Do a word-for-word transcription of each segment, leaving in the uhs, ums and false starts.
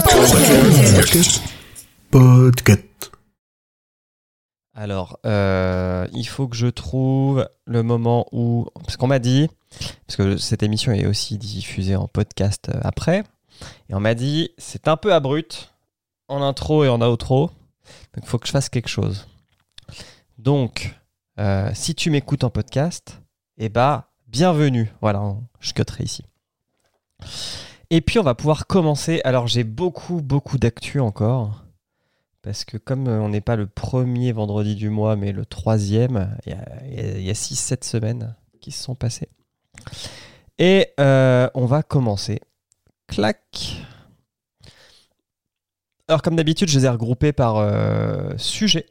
Podcast. Podcast. Alors, euh, il faut que je trouve le moment où... Parce qu'on m'a dit, parce que cette émission est aussi diffusée en podcast après, et on m'a dit, c'est un peu abrupt, en intro et en outro, donc il faut que je fasse quelque chose. Donc, euh, si tu m'écoutes en podcast, eh ben, bienvenue. Voilà, je cutterai ici. Et puis, on va pouvoir commencer. Alors, j'ai beaucoup, beaucoup d'actu encore. Parce que comme on n'est pas le premier vendredi du mois, mais le troisième, il y a six sept semaines qui se sont passées. Et euh, on va commencer. Clac. Alors, comme d'habitude, je les ai regroupés par euh, sujet.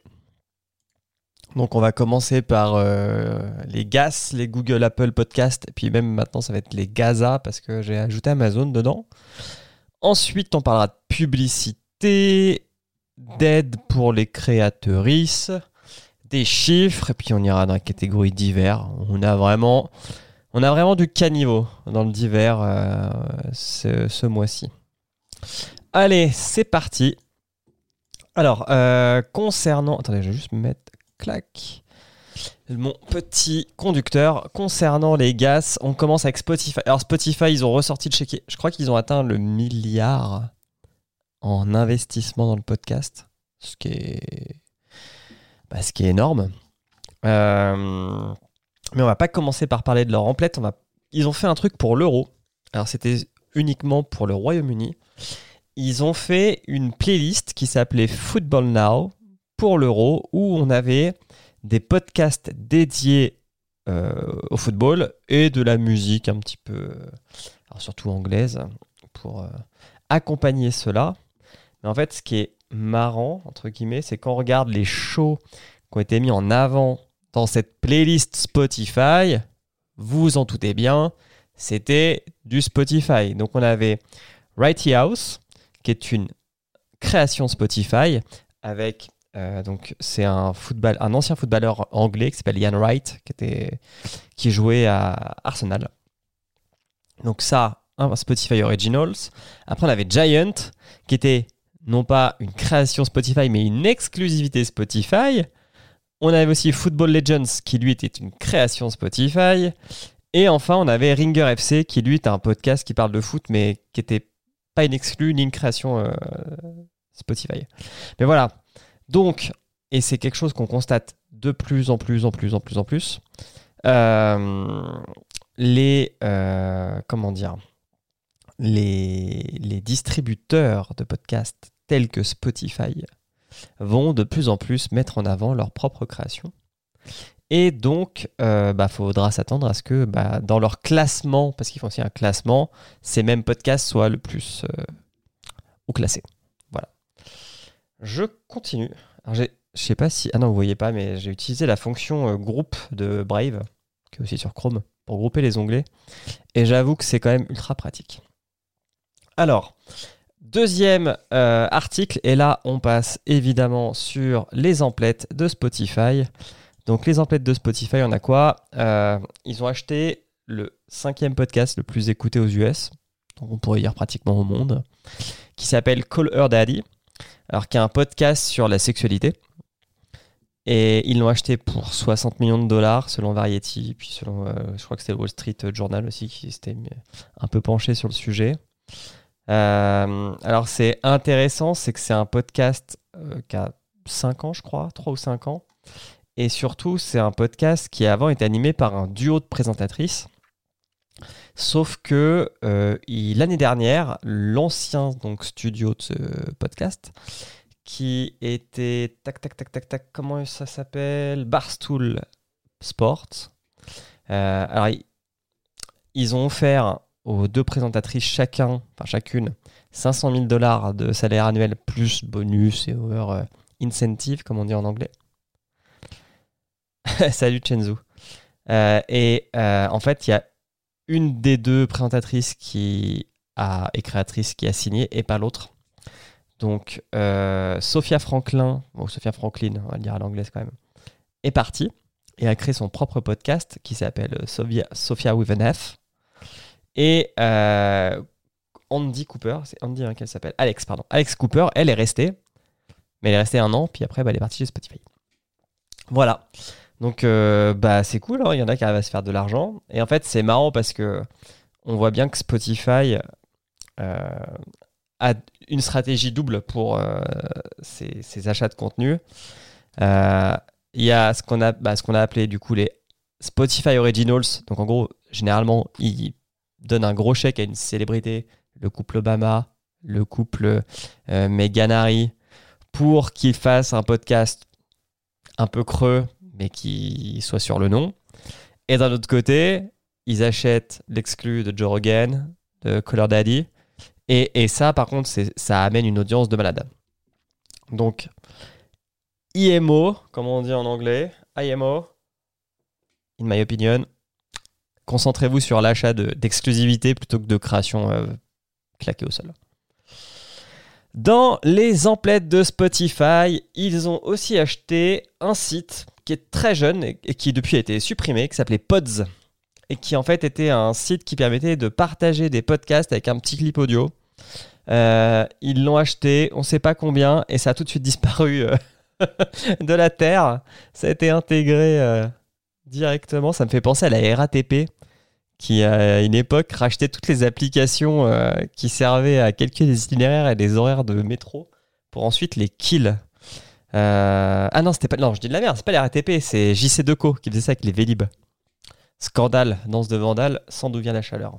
Donc, on va commencer par euh, les G A S, les Google, Apple Podcast. Et puis même maintenant, ça va être les Gaza parce que j'ai ajouté Amazon dedans. Ensuite, on parlera de publicité, d'aide pour les créatrices, des chiffres. Et puis, on ira dans la catégorie divers. On a vraiment, on a vraiment du caniveau dans le divers euh, ce, ce mois-ci. Allez, c'est parti. Alors, euh, concernant... Attendez, je vais juste me mettre... Clac. Mon petit conducteur. Concernant les G A S, on commence avec Spotify. Alors Spotify, ils ont ressorti le chéquier. Je crois qu'ils ont atteint le milliard en investissement dans le podcast. Ce qui est, bah, ce qui est énorme. Euh... Mais on va pas commencer par parler de leur emplette. On va... Ils ont fait un truc pour l'euro. Alors c'était uniquement pour le Royaume-Uni. Ils ont fait une playlist qui s'appelait Football Now pour l'euro, où on avait des podcasts dédiés euh, au football et de la musique un petit peu, alors surtout anglaise, pour euh, accompagner cela. Mais en fait, ce qui est marrant, entre guillemets, c'est quand on regarde les shows qui ont été mis en avant dans cette playlist Spotify, vous vous en doutez bien, c'était du Spotify. Donc on avait Righty House, qui est une création Spotify, avec... Euh, donc c'est un football, un ancien footballeur anglais qui s'appelle Ian Wright, qui était, qui jouait à Arsenal. Donc ça, un Spotify Originals. Après on avait Giant, qui était non pas une création Spotify, mais une exclusivité Spotify. On avait aussi Football Legends, qui lui était une création Spotify. Et enfin on avait Ringer F C, qui lui était un podcast qui parle de foot, mais qui était pas une exclue ni une création euh, Spotify. Mais voilà. Donc, et c'est quelque chose qu'on constate de plus en plus, en plus, en plus, en plus, euh, les, euh, comment dire, les, les distributeurs de podcasts tels que Spotify vont de plus en plus mettre en avant leur propre création. Et donc, il euh, bah, faudra s'attendre à ce que bah, dans leur classement, parce qu'ils font aussi un classement, ces mêmes podcasts soient le plus euh, haut classés. Voilà. Je continue. Alors, j'ai, je sais pas si... Ah non, vous voyez pas, mais j'ai utilisé la fonction euh, groupe de Brave, qui est aussi sur Chrome, pour grouper les onglets. Et j'avoue que c'est quand même ultra pratique. Alors, deuxième euh, article, et là, on passe évidemment sur les emplettes de Spotify. Donc, les emplettes de Spotify, on a quoi ? euh, Ils ont acheté le cinquième podcast le plus écouté aux U S, donc on pourrait dire pratiquement au monde, qui s'appelle Call Her Daddy. Alors qui a un podcast sur la sexualité. Et ils l'ont acheté pour soixante millions de dollars selon Variety. Puis selon, euh, je crois que c'était le Wall Street Journal aussi qui s'était un peu penché sur le sujet. Euh, alors c'est intéressant, c'est que c'est un podcast euh, qui a cinq ans je crois, trois ou cinq ans. Et surtout c'est un podcast qui avant était animé par un duo de présentatrices. Sauf que euh, il, l'année dernière, l'ancien donc, studio de ce podcast, qui était tac tac tac tac tac, comment ça s'appelle, Barstool Sports. Euh, alors ils, ils ont offert aux deux présentatrices chacun, enfin chacune, cinq cent mille dollars de salaire annuel plus bonus et over euh, incentive, comme on dit en anglais. Salut Chenzu. Euh, et euh, en fait, il y a une des deux présentatrices qui a, et créatrice qui a signé et pas l'autre. Donc, euh, Sophia Franklin, ou Sophia Franklin, on va le dire à l'anglaise quand même, est partie et a créé son propre podcast qui s'appelle Sophia, Sophia with an F. Et euh, Andy Cooper. C'est Andy hein, qu'elle s'appelle. Alex, pardon. Alex Cooper, elle est restée. Mais elle est restée un an, puis après, bah, elle est partie chez Spotify. Voilà. Donc, euh, bah, c'est cool. Hein. Il y en a qui arrivent à se faire de l'argent. Et en fait, c'est marrant parce que on voit bien que Spotify euh, a une stratégie double pour euh, ses, ses achats de contenu. Euh, Il y a ce qu'on a, bah, ce qu'on a appelé du coup les Spotify Originals. Donc, en gros, généralement, ils donnent un gros chèque à une célébrité, le couple Obama, le couple euh, Meghan Harry, pour qu'ils fassent un podcast un peu creux, mais qui soit sur le nom. Et d'un autre côté, ils achètent l'exclu de Joe Rogan, de Call Her Daddy. Et, et ça, par contre, c'est, ça amène une audience de malade. Donc, I M O, comme on dit en anglais, I M O, in my opinion, concentrez-vous sur l'achat de, d'exclusivité plutôt que de création euh, claquée au sol. Dans les emplettes de Spotify, ils ont aussi acheté un site qui est très jeune et, et qui depuis a été supprimé, qui s'appelait Pods, et qui en fait était un site qui permettait de partager des podcasts avec un petit clip audio. Euh, ils l'ont acheté, on ne sait pas combien, et ça a tout de suite disparu euh, de la Terre. Ça a été intégré euh, directement. Ça me fait penser à la R A T P, qui à une époque rachetait toutes les applications euh, qui servaient à calculer des itinéraires et des horaires de métro pour ensuite les kill. Euh... Ah non, c'était pas. Non, je dis de la merde, c'est pas la R A T P, c'est J C Deco qui faisait ça avec les Vélib. Scandale, danse de Vandale, sans d'où vient la chaleur.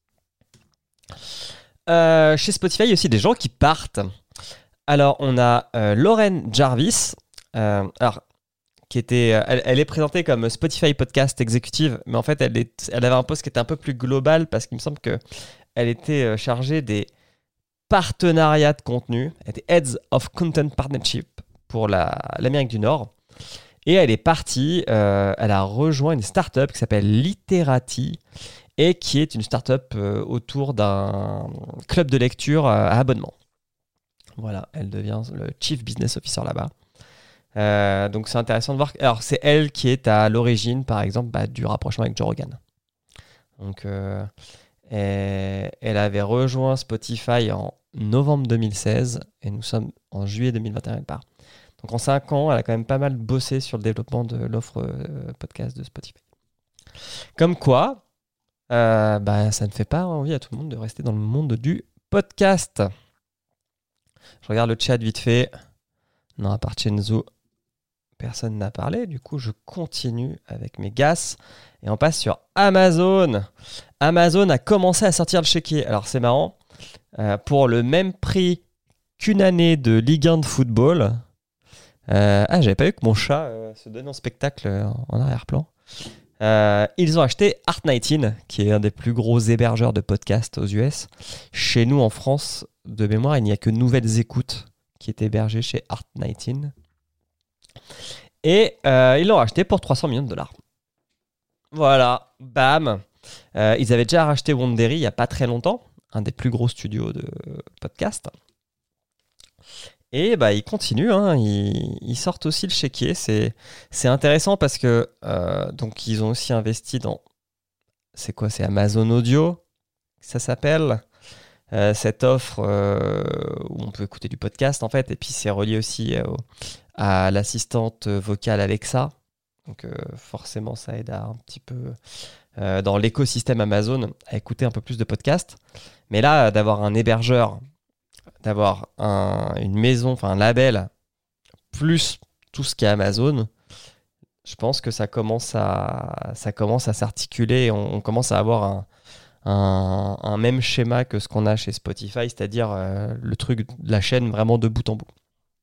Euh, chez Spotify, il y a aussi des gens qui partent. Alors, on a euh, Lauren Jarvis. Euh, alors, qui était, elle, elle est présentée comme Spotify Podcast Executive, mais en fait, elle, est, elle avait un poste qui était un peu plus global parce qu'il me semble qu'elle était chargée des partenariats de contenu. Elle était Heads of Content Partnership pour la, l'Amérique du Nord. Et elle est partie, euh, elle a rejoint une startup qui s'appelle Literati et qui est une startup euh, autour d'un club de lecture à abonnement. Voilà, elle devient le Chief Business Officer là-bas. Euh, donc c'est intéressant de voir. Alors c'est elle qui est à l'origine, par exemple, bah, du rapprochement avec Joe Rogan. Donc euh, elle, elle avait rejoint Spotify en novembre deux mille seize et nous sommes en juillet deux mille vingt et un. Elle part. Donc en cinq ans, elle a quand même pas mal bossé sur le développement de l'offre euh, podcast de Spotify. Comme quoi, euh, bah, ça ne fait pas envie à tout le monde de rester dans le monde du podcast. Je regarde le chat vite fait. Non, à part Chenzo, personne n'a parlé. Du coup, je continue avec mes gas et on passe sur Amazon. Amazon a commencé à sortir le chéquier. Alors, c'est marrant. Euh, pour le même prix qu'une année de Ligue un de football. Euh, ah, j'avais pas vu que mon chat euh, se donne en spectacle euh, en arrière-plan. Euh, ils ont acheté Art dix-neuf, qui est un des plus gros hébergeurs de podcasts aux U S. Chez nous, en France, de mémoire, il n'y a que Nouvelles Écoutes qui est hébergé chez Art dix-neuf. Et euh, ils l'ont racheté pour trois cents millions de dollars. Voilà, bam. Euh, ils avaient déjà racheté Wondery il n'y a pas très longtemps, un des plus gros studios de podcast. Et bah, ils continuent, hein, ils, ils sortent aussi le chéquier. C'est, c'est intéressant parce que euh, donc ils ont aussi investi dans... C'est quoi? C'est Amazon Audio, ça s'appelle. Euh, cette offre euh, où on peut écouter du podcast en fait, et puis c'est relié aussi euh, à l'assistante vocale Alexa. Donc euh, forcément, ça aide à un petit peu euh, dans l'écosystème Amazon à écouter un peu plus de podcasts. Mais là, d'avoir un hébergeur, d'avoir un, une maison, enfin un label, plus tout ce qui est Amazon, je pense que ça commence à, ça commence à s'articuler et on, on commence à avoir un, un, un même schéma que ce qu'on a chez Spotify, c'est-à-dire euh, le truc de la chaîne vraiment de bout en bout.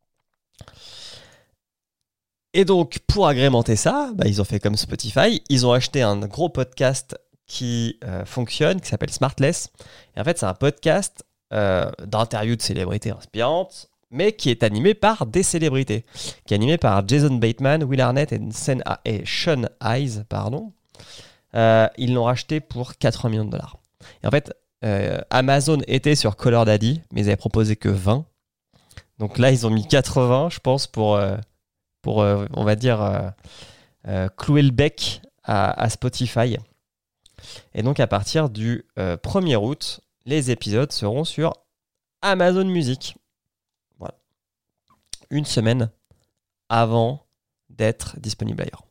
Et donc, pour agrémenter ça, bah, ils ont fait comme Spotify, ils ont acheté un gros podcast qui euh, fonctionne, qui s'appelle Smartless. Et en fait, c'est un podcast euh, d'interviews de célébrités inspirantes, mais qui est animé par des célébrités. Qui est animé par Jason Bateman, Will Arnett et, Sen- et Sean Hayes. Pardon. Euh, ils l'ont racheté pour quatre-vingts millions de dollars. Et en fait, euh, Amazon était sur Call Her Daddy, mais ils avaient proposé que vingt. Donc là, ils ont mis quatre-vingts, je pense, pour... Euh, pour, euh, on va dire, euh, euh, clouer le bec à, à Spotify. Et donc, à partir du euh, premier août, les épisodes seront sur Amazon Music. Voilà. Une semaine avant d'être disponible ailleurs.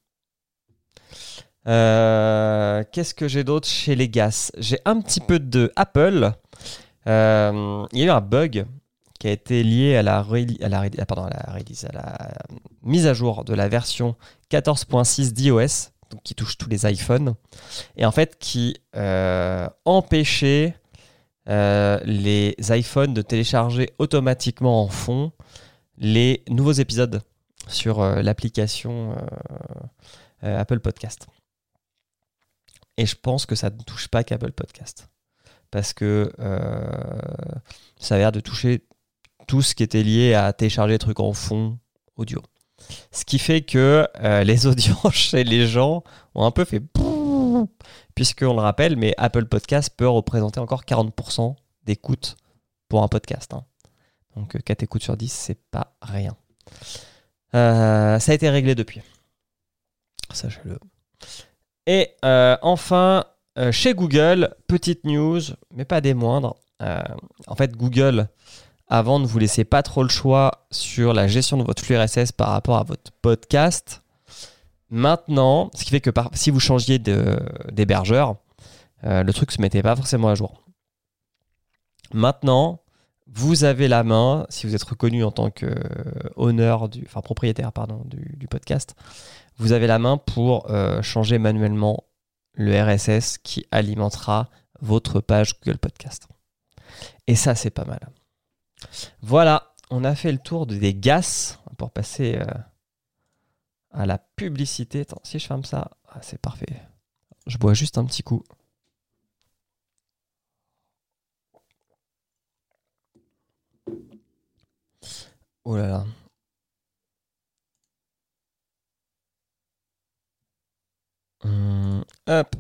Euh, qu'est-ce que j'ai d'autre chez les G A S ? J'ai un petit peu de Apple. Euh, il y a eu un bug qui a été lié à la, à la, ah, pardon, à la, release, à la mise à jour de la version quatorze point six d'iOS, donc qui touche tous les iPhones, et en fait qui euh, empêchait euh, les iPhones de télécharger automatiquement en fond les nouveaux épisodes sur euh, l'application euh, euh, Apple Podcast. Et je pense que ça ne touche pas qu'Apple Podcast. Parce que euh, ça a l'air de toucher tout ce qui était lié à télécharger des trucs en fond audio. Ce qui fait que euh, les audiences chez les gens ont un peu fait... Puisqu'on le rappelle, mais Apple Podcast peut représenter encore quarante pour cent d'écoute pour un podcast. Hein. Donc quatre écoutes sur dix, c'est pas rien. Euh, ça a été réglé depuis. Sachez-le. Et euh, enfin, euh, chez Google, petite news, mais pas des moindres. Euh, en fait, Google, avant, ne vous laissait pas trop le choix sur la gestion de votre flux R S S par rapport à votre podcast. Maintenant, ce qui fait que par, si vous changiez de, d'hébergeur, euh, le truc ne se mettait pas forcément à jour. Maintenant, vous avez la main, si vous êtes reconnu en tant qu'honneur, du, enfin propriétaire pardon, du, du podcast, vous avez la main pour euh, changer manuellement le R S S qui alimentera votre page Google Podcast. Et ça, c'est pas mal. Voilà, on a fait le tour des G A S pour passer euh, à la publicité. Attends, si je ferme ça, ah, c'est parfait. Je bois juste un petit coup. Oh là là. Hum, hop.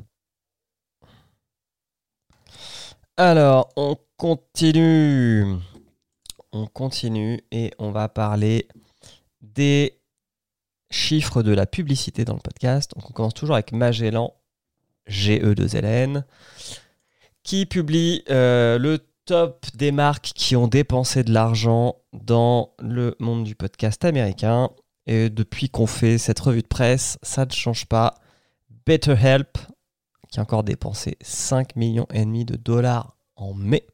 Alors, on continue. On continue et on va parler des chiffres de la publicité dans le podcast. Donc, on commence toujours avec Magellan, G E deux L N, qui publie euh, le top des marques qui ont dépensé de l'argent dans le monde du podcast américain. Et depuis qu'on fait cette revue de presse, ça ne change pas. BetterHelp, qui a encore dépensé cinq millions et demi de dollars en mai,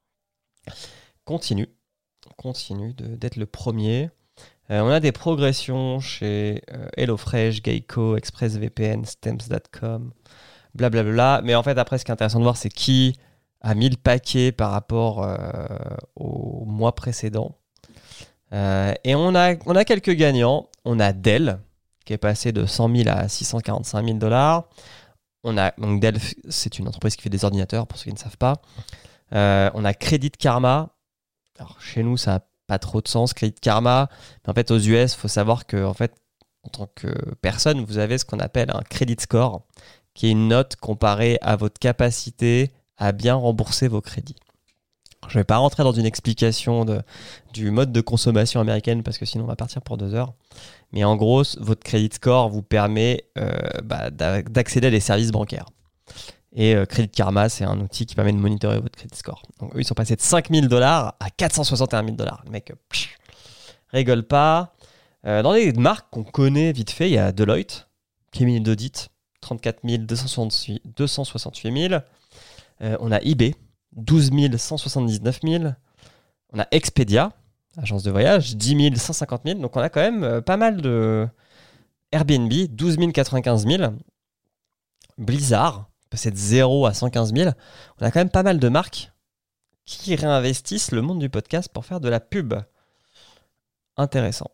continue, continue de, d'être le premier. Euh, on a des progressions chez euh, HelloFresh, Geico, ExpressVPN, Stamps point com, blablabla. Mais en fait, après, ce qui est intéressant de voir, c'est qui a mis le paquet par rapport euh, au mois précédent. Euh, et on a, on a quelques gagnants. On a Dell, qui est passé de cent mille à six cent quarante-cinq mille dollars. On a, donc Dell, c'est une entreprise qui fait des ordinateurs, pour ceux qui ne savent pas. Euh, on a Credit Karma. Alors, chez nous, ça n'a pas trop de sens, Credit Karma. Mais en fait, aux U S, il faut savoir que, en fait, en tant que personne, vous avez ce qu'on appelle un credit score, qui est une note comparée à votre capacité à bien rembourser vos crédits. Je ne vais pas rentrer dans une explication de, du mode de consommation américaine, parce que sinon, on va partir pour deux heures. Mais en gros, votre credit score vous permet euh, bah, d'accéder à des services bancaires. Et euh, Credit Karma, c'est un outil qui permet de monitorer votre credit score. Donc eux, ils sont passés de cinq mille dollars à quatre cent soixante et un mille dollars. Le mec, pff, rigole pas. Euh, dans les marques qu'on connaît vite fait, il y a Deloitte, cabinet d'audit, trente-quatre mille deux cent soixante-huit mille. Euh, on a eBay, douze mille cent soixante-dix-neuf mille. On a Expedia, agence de voyage, dix mille cent cinquante mille. Donc on a quand même euh, pas mal de... Airbnb, douze mille quatre-vingt-quinze mille. Blizzard, passer de zéro à cent quinze mille. On a quand même pas mal de marques qui réinvestissent le monde du podcast pour faire de la pub. Intéressant.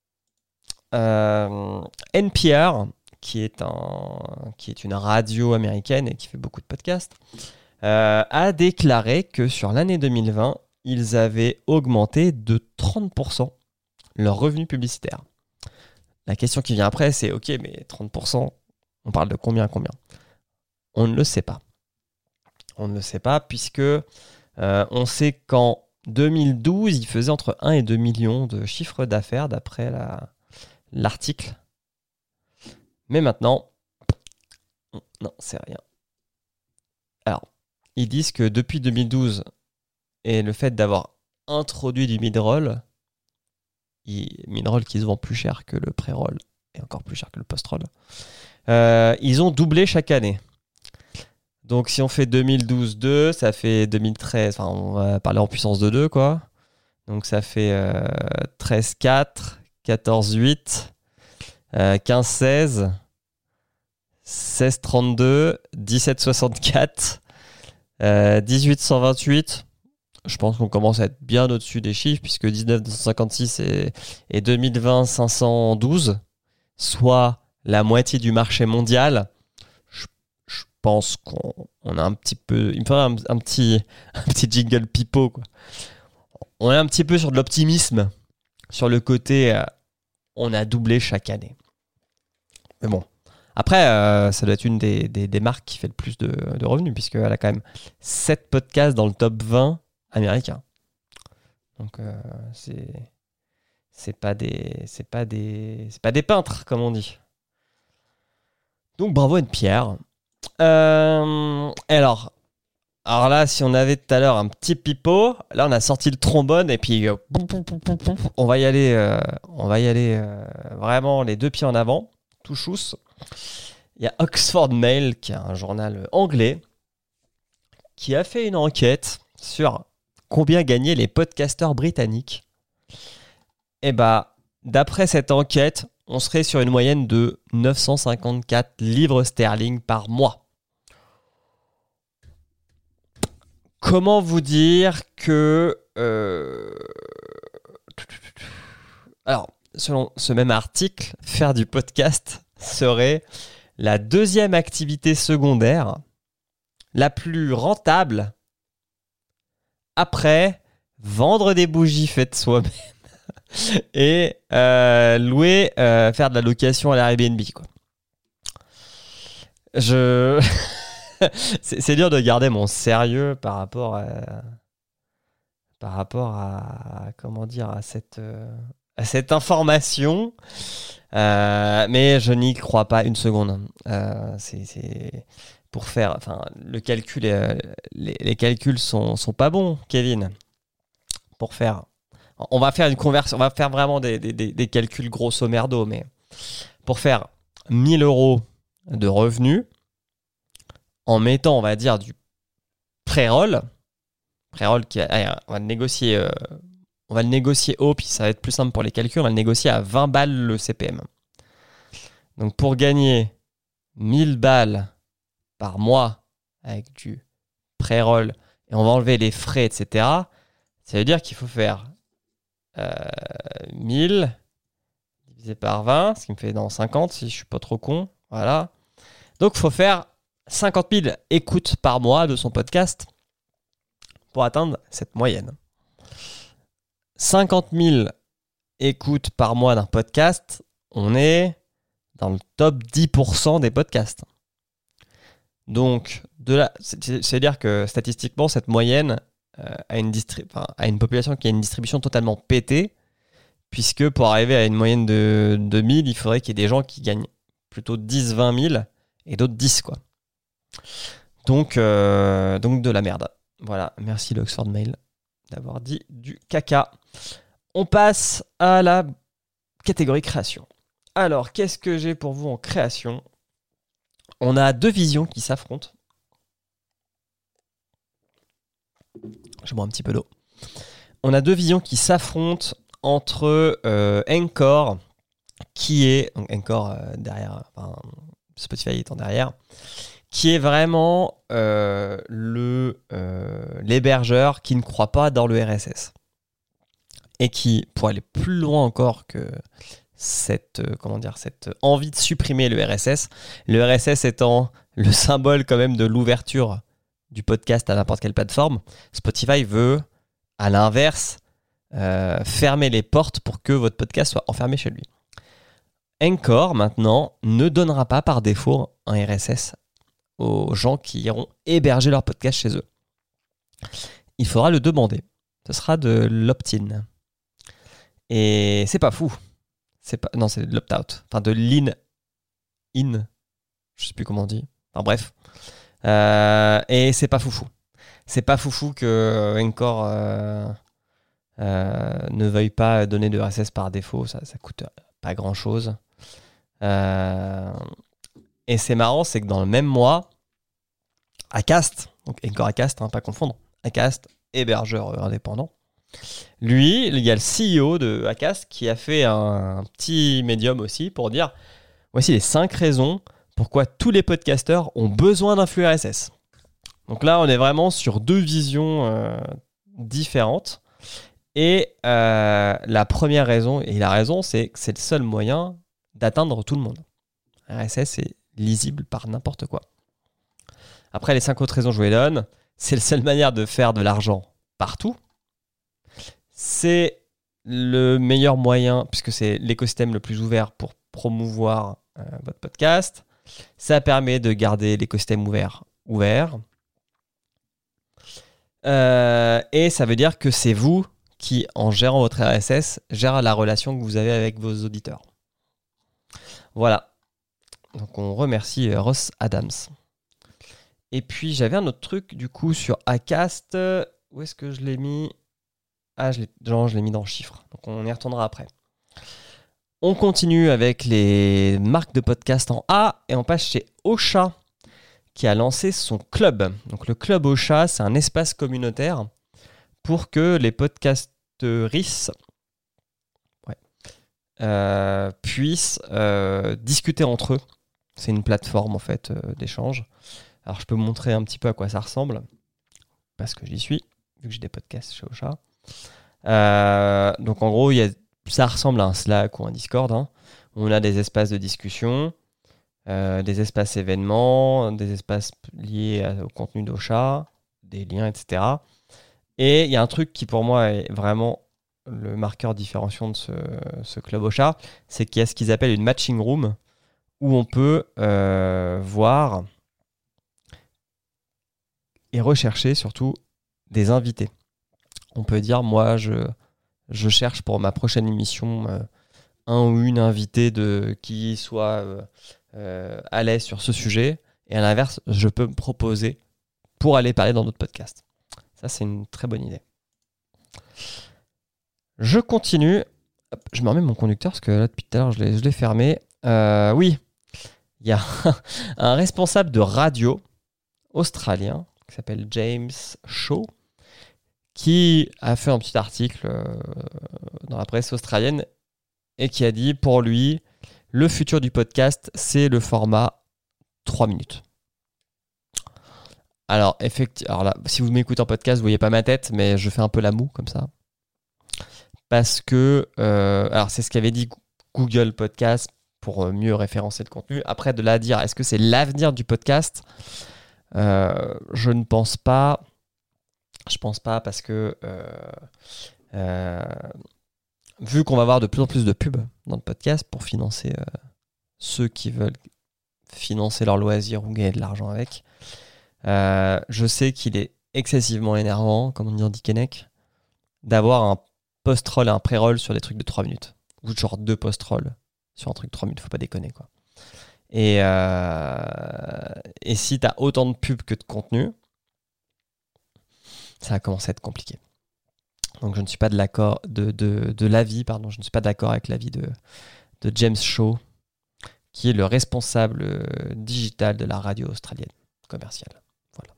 Euh, N P R, qui est, un, qui est une radio américaine et qui fait beaucoup de podcasts, euh, a déclaré que sur l'année deux mille vingt, ils avaient augmenté de trente pour cent leurs revenus publicitaires. La question qui vient après, c'est ok, mais trente pour cent, on parle de combien, combien ? On ne le sait pas. On ne le sait pas puisque euh, on sait qu'en deux mille douze, ils faisaient entre un et deux millions de chiffre d'affaires d'après la, l'article. Mais maintenant, non, c'est rien. Alors, ils disent que depuis deux mille douze et le fait d'avoir introduit du mid-roll, il- mid-roll qui se vend plus cher que le pré-roll et encore plus cher que le post-roll, euh, ils ont doublé chaque année. Donc si on fait deux mille douze deux, ça fait deux mille treize, enfin on va parler en puissance de deux quoi. Donc ça fait euh, treize quatre, quatorze huit, euh, quinze seize, seize trente-deux, dix-sept soixante-quatre, euh, dix-huit cent vingt-huit. Je pense qu'on commence à être bien au-dessus des chiffres puisque dix-neuf deux cent cinquante-six et, et deux mille vingt cinq cent douze, soit la moitié du marché mondial. Je, je pense qu'on on a un petit peu... Il me faudrait un, un, petit, un petit jingle pipeau, quoi. On est un petit peu sur de l'optimisme, sur le côté euh, on a doublé chaque année. Mais bon, après, euh, ça doit être une des, des, des marques qui fait le plus de, de revenus, puisqu'elle a quand même sept podcasts dans le top vingt américain. Donc, euh, c'est, c'est, pas des, c'est, pas des, c'est pas des peintres, comme on dit. Donc, bravo Anne-Pierre. Euh, alors... Alors là, si on avait tout à l'heure un petit pipeau, là on a sorti le trombone et puis euh, on va y aller, euh, on va y aller euh, vraiment les deux pieds en avant, tout chousse. Il y a Oxford Mail, qui est un journal anglais, qui a fait une enquête sur combien gagnaient les podcasteurs britanniques. Et bah, d'après cette enquête, on serait sur une moyenne de neuf cent cinquante-quatre livres sterling par mois. Comment vous dire que... Euh... Alors, selon ce même article, faire du podcast serait la deuxième activité secondaire la plus rentable après vendre des bougies faites soi-même et euh, louer, euh, faire de la location à l'Airbnb, quoi. Je... c'est, c'est dur de garder mon sérieux par rapport à, par rapport à, comment dire, à cette, à cette information, euh, mais je n'y crois pas une seconde. Euh, c'est, c'est pour faire, enfin, le calcul, est, les, les calculs sont, sont pas bons, Kevin. Pour faire, on va faire une conversion, on va faire vraiment des, des, des calculs grosso merdo, mais pour faire mille euros de revenus, en mettant, on va dire, du pré-roll, pré-roll qui a, on va le négocier, euh, on va le négocier haut, puis ça va être plus simple pour les calculs, on va le négocier à vingt balles le C P M. Donc pour gagner mille balles par mois avec du pré-roll, et on va enlever les frais, et cetera, ça veut dire qu'il faut faire euh, mille divisé par vingt, ce qui me fait dans cinquante, si je suis pas trop con. Voilà. Donc il faut faire cinquante mille écoutes par mois de son podcast pour atteindre cette moyenne. cinquante mille écoutes par mois d'un podcast, on est dans le top dix pour cent des podcasts. Donc, de là, c'est, c'est-à-dire que statistiquement, cette moyenne euh, a, une distri- enfin, a une population qui a une distribution totalement pétée, puisque pour arriver à une moyenne de, de mille, il faudrait qu'il y ait des gens qui gagnent plutôt dix vingt mille et d'autres dix, quoi. Donc, euh, donc de la merde. Voilà, merci l'Oxford Mail d'avoir dit du caca. On passe à la catégorie création. Alors, qu'est-ce que j'ai pour vous en création ? On a deux visions qui s'affrontent. Je bois un petit peu d'eau. On a deux visions qui s'affrontent entre euh, Anchor, qui est... Donc Anchor euh, derrière, enfin, Spotify étant derrière, qui est vraiment euh, le, euh, l'hébergeur qui ne croit pas dans le R S S. Et qui, pour aller plus loin encore que cette, euh, comment dire, cette envie de supprimer le R S S, le R S S étant le symbole quand même de l'ouverture du podcast à n'importe quelle plateforme, Spotify veut, à l'inverse, euh, fermer les portes pour que votre podcast soit enfermé chez lui. Anchor, maintenant, ne donnera pas par défaut un R S S aux gens qui iront héberger leur podcast chez eux. Il faudra le demander. Ce sera de l'opt-in. Et c'est pas fou. C'est pas, non, c'est de l'opt-out. Enfin, de l'in-in. Je sais plus comment on dit. Enfin, bref. Euh, et c'est pas foufou. c'est pas foufou que Anchor euh, euh, ne veuille pas donner de R S S par défaut. Ça, ça coûte pas grand-chose. Euh, et c'est marrant, c'est que dans le même mois, Acast, donc Anchor Acast, hein, pas confondre, Acast, hébergeur indépendant, lui, il y a le C E O de Acast qui a fait un, un petit médium aussi pour dire voici les cinq raisons pourquoi tous les podcasteurs ont besoin d'un flux R S S. Donc là, on est vraiment sur deux visions euh, différentes. Et euh, la première raison, et il a raison, c'est que c'est le seul moyen d'atteindre tout le monde. R S S est lisible par n'importe quoi. Après, les cinq autres raisons, je vous les donne. C'est la seule manière de faire de l'argent partout. C'est le meilleur moyen, puisque c'est l'écosystème le plus ouvert pour promouvoir euh, votre podcast. Ça permet de garder l'écosystème ouvert ouvert. Euh, et ça veut dire que c'est vous qui, en gérant votre R S S, gère la relation que vous avez avec vos auditeurs. Voilà. Donc on remercie Ross Adams. Et puis j'avais un autre truc du coup sur Acast. Où est-ce que je l'ai mis ? Ah, je l'ai, genre, je l'ai mis dans chiffres. Donc on y retournera après. On continue avec les marques de podcast en A et on passe chez Ocha qui a lancé son club. Donc le club Ocha, c'est un espace communautaire pour que les podcasteristes ouais, euh, puissent euh, discuter entre eux. C'est une plateforme en fait euh, d'échange. Alors je peux vous montrer un petit peu à quoi ça ressemble parce que j'y suis, vu que j'ai des podcasts chez Ocha. Euh, donc en gros, y a, ça ressemble à un Slack ou un Discord. Hein. On a des espaces de discussion, euh, des espaces événements, des espaces liés à, au contenu d'Ocha, des liens, et cetera. Et il y a un truc qui pour moi est vraiment le marqueur différenciant de ce, ce club Ocha, c'est qu'il y a ce qu'ils appellent une matching room où on peut euh, voir et rechercher surtout des invités. On peut dire, moi, je, je cherche pour ma prochaine émission euh, un ou une invitée de, qui soit euh, euh, à l'aise sur ce sujet. Et à l'inverse, je peux me proposer pour aller parler dans d'autres podcasts. Ça, c'est une très bonne idée. Je continue. Hop, je me remets mon conducteur parce que là, depuis tout à l'heure, je l'ai, je l'ai fermé. Euh, oui, il y a un responsable de radio australien qui s'appelle James Shaw qui a fait un petit article euh, dans la presse australienne et qui a dit, pour lui, le futur du podcast, c'est le format trois minutes. Alors, effectivement, alors là, si vous m'écoutez en podcast, vous voyez pas ma tête, mais je fais un peu la moue comme ça. Parce que, euh, alors c'est ce qu'avait dit Google Podcast pour mieux référencer le contenu. Après, de là à dire, est-ce que c'est l'avenir du podcast ? euh, Je ne pense pas. Je pense pas parce que euh, euh, vu qu'on va avoir de plus en plus de pubs dans le podcast pour financer euh, ceux qui veulent financer leur loisir ou gagner de l'argent avec, euh, je sais qu'il est excessivement énervant, comme on dit en Dickeneck, d'avoir un post-roll et un pré-roll sur des trucs de trois minutes. Ou genre deux post-rolls sur un truc de trois minutes, faut pas déconner quoi. Et, euh, et si t'as autant de pubs que de contenu, ça va commencer à être compliqué. Donc je ne suis pas de l'accord de, de, de l'avis, pardon, je ne suis pas d'accord avec l'avis de, de James Shaw, qui est le responsable digital de la radio australienne commerciale. Voilà.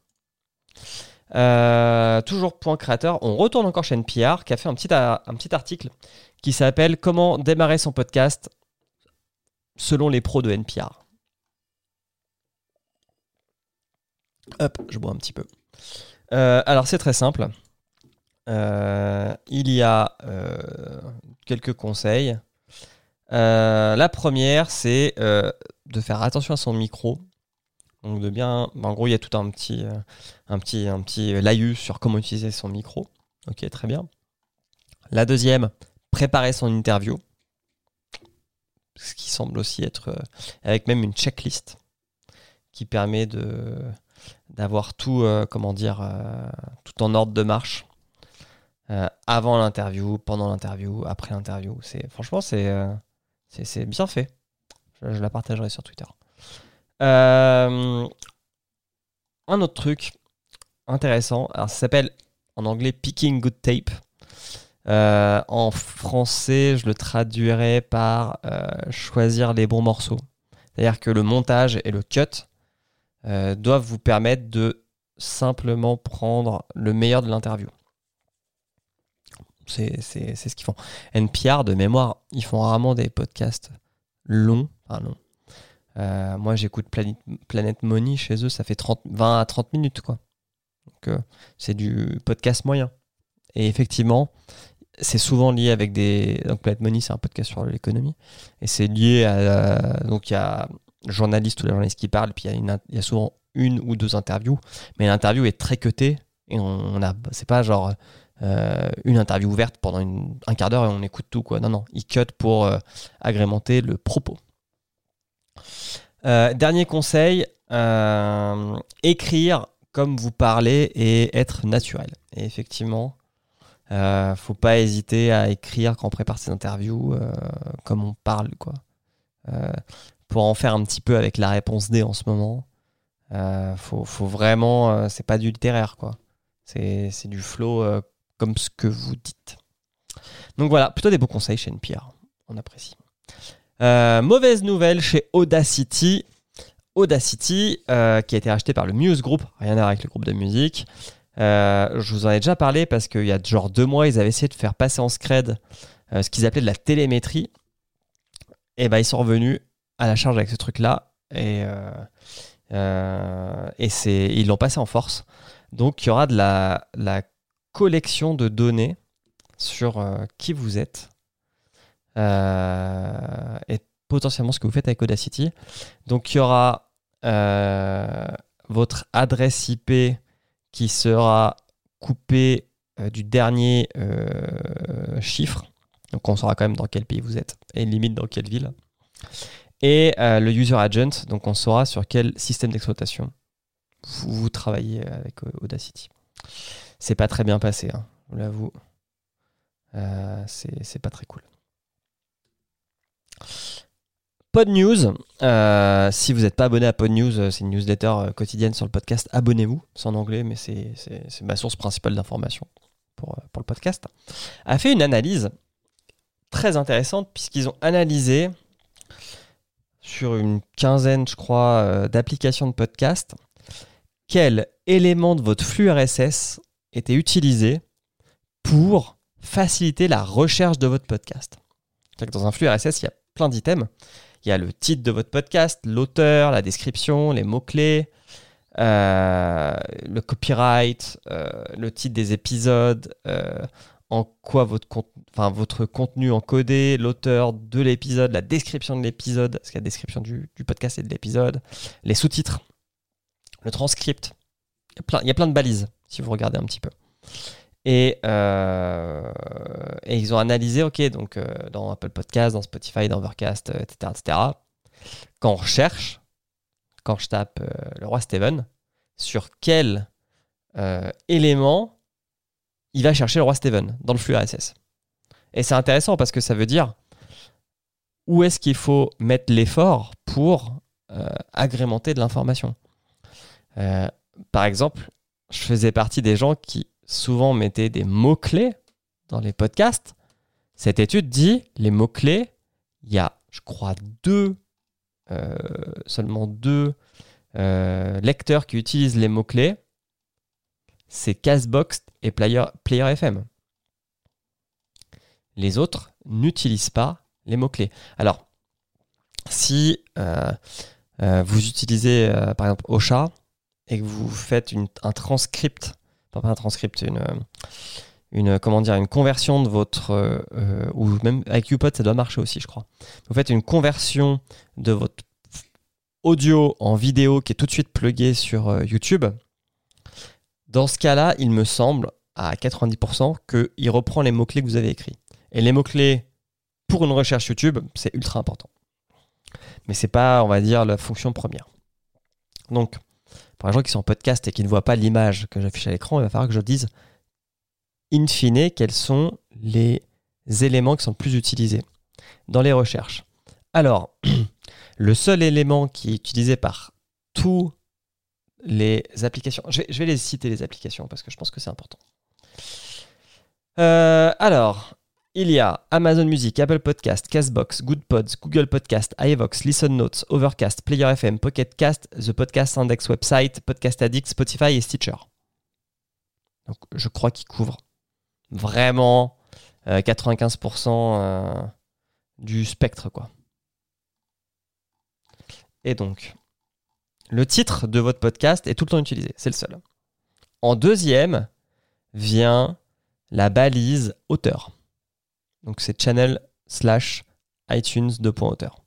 Euh, toujours point créateur, on retourne encore chez N P R qui a fait un petit, un petit article qui s'appelle Comment démarrer son podcast selon les pros de N P R. Hop, je bois un petit peu. Euh, alors c'est très simple. Euh, il y a euh, quelques conseils. Euh, la première, c'est euh, de faire attention à son micro. Donc de bien, en gros, il y a tout un petit, euh, un petit, un petit laïus sur comment utiliser son micro. Ok, très bien. La deuxième, préparer son interview, ce qui semble aussi être euh, avec même une checklist qui permet de d'avoir tout, euh, comment dire, euh, tout en ordre de marche. Euh, avant l'interview, pendant l'interview, après l'interview. C'est, franchement, c'est, euh, c'est, c'est bien fait. Je, je la partagerai sur Twitter. Euh, un autre truc, intéressant. Alors, ça s'appelle en anglais Picking Good Tape. Euh, en français, je le traduirais par euh, choisir les bons morceaux. C'est-à-dire que le montage et le cut euh, doivent vous permettre de simplement prendre le meilleur de l'interview. C'est, c'est, c'est ce qu'ils font. N P R, de mémoire, ils font rarement des podcasts longs. Enfin, longs. Euh, moi, j'écoute Planet, Planet Money chez eux, ça fait trente, vingt à trente minutes, quoi. Donc, euh, c'est du podcast moyen. Et effectivement, c'est souvent lié avec des... Donc, Planet Money, c'est un podcast sur l'économie. Et c'est lié à... Donc, il y a le journaliste ou la journaliste qui parle, puis il y a, une... il y a souvent une ou deux interviews. Mais l'interview est très cutée. Et on a... c'est pas genre euh, une interview ouverte pendant une... un quart d'heure et on écoute tout, quoi. Non, non. Ils cut pour euh, agrémenter le propos. Euh, dernier conseil, euh, écrire comme vous parlez et être naturel. Et effectivement, euh, faut pas hésiter à écrire quand on prépare ses interviews euh, comme on parle, quoi. Euh, pour en faire un petit peu avec la réponse D en ce moment, euh, faut, faut vraiment, euh, c'est pas du littéraire, quoi. C'est, c'est du flow euh, comme ce que vous dites. Donc voilà, plutôt des beaux conseils chez N P R, on apprécie. Euh, mauvaise nouvelle chez Audacity. Audacity, euh, qui a été racheté par le Muse Group, rien à voir avec le groupe de musique. Euh, je vous en ai déjà parlé parce qu'il y a genre deux mois, ils avaient essayé de faire passer en scred euh, ce qu'ils appelaient de la télémétrie. Et ben, ils sont revenus à la charge avec ce truc-là. Et, euh, euh, et c'est, ils l'ont passé en force. Donc, il y aura de la, la collection de données sur euh, qui vous êtes. Euh, et potentiellement ce que vous faites avec Audacity. Donc il y aura euh, votre adresse I P qui sera coupée euh, du dernier euh, chiffre. Donc on saura quand même dans quel pays vous êtes et limite dans quelle ville. Et euh, le user agent, donc on saura sur quel système d'exploitation vous, vous travaillez avec Audacity. C'est pas très bien passé, hein, je vous l'avoue. Euh, c'est, c'est pas très cool. Pod News, euh, si vous n'êtes pas abonné à Pod News, c'est une newsletter quotidienne sur le podcast, abonnez-vous, c'est en anglais, mais c'est, c'est, c'est ma source principale d'information pour, pour le podcast, a fait une analyse très intéressante puisqu'ils ont analysé sur une quinzaine, je crois, euh, d'applications de podcast, quels éléments de votre flux R S S étaient utilisés pour faciliter la recherche de votre podcast. C'est-à-dire que dans un flux R S S, il y a plein d'items. Il y a le titre de votre podcast, l'auteur, la description, les mots-clés, euh, le copyright, euh, le titre des épisodes, euh, en quoi votre, con- enfin, votre contenu encodé, l'auteur de l'épisode, la description de l'épisode, parce qu'il y a la description du, du podcast et de l'épisode, les sous-titres, le transcript. Il y a plein, il y a plein de balises, si vous regardez un petit peu. Et, euh, et ils ont analysé, ok, donc euh, dans Apple Podcast, dans Spotify, dans Overcast, et cetera, et cetera. Quand on recherche, quand je tape euh, le roi Steven, sur quel euh, élément il va chercher le roi Steven dans le flux R S S. Et c'est intéressant parce que ça veut dire où est-ce qu'il faut mettre l'effort pour euh, agrémenter de l'information. Euh, par exemple, je faisais partie des gens qui souvent mettaient des mots-clés dans les podcasts. Cette étude dit, les mots-clés, il y a, je crois, deux, euh, seulement deux euh, lecteurs qui utilisent les mots-clés. C'est Castbox et Player, Player F M. Les autres n'utilisent pas les mots-clés. Alors, si euh, euh, vous utilisez, euh, par exemple, Ocha, et que vous faites une, un transcript, pas un transcript, une, une, comment dire, une conversion de votre, euh, ou même avec YouPod, ça doit marcher aussi, je crois. Vous faites une conversion de votre audio en vidéo qui est tout de suite plugué sur euh, YouTube. Dans ce cas-là, il me semble, à quatre-vingt-dix pour cent, qu'il reprend les mots-clés que vous avez écrits. Et les mots-clés, pour une recherche YouTube, c'est ultra important. Mais c'est pas, on va dire, la fonction première. Donc, pour les gens qui sont en podcast et qui ne voient pas l'image que j'affiche à l'écran, il va falloir que je dise, in fine, quels sont les éléments qui sont le plus utilisés dans les recherches. Alors, le seul élément qui est utilisé par tous les applications. Je vais, je vais les citer, les applications, parce que je pense que c'est important. Euh, alors, il y a Amazon Music, Apple Podcast, Castbox, Goodpods, Google Podcast, iVoox, Listen Notes, Overcast, Player F M, Pocket Cast, The Podcast Index Website, Podcast Addict, Spotify et Stitcher. Donc, je crois qu'ils couvrent vraiment euh, quatre-vingt-quinze pour cent euh, du spectre, quoi. Et donc, le titre de votre podcast est tout le temps utilisé. C'est le seul. En deuxième vient la balise auteur. Donc, c'est channel slash iTunes deux points auteur.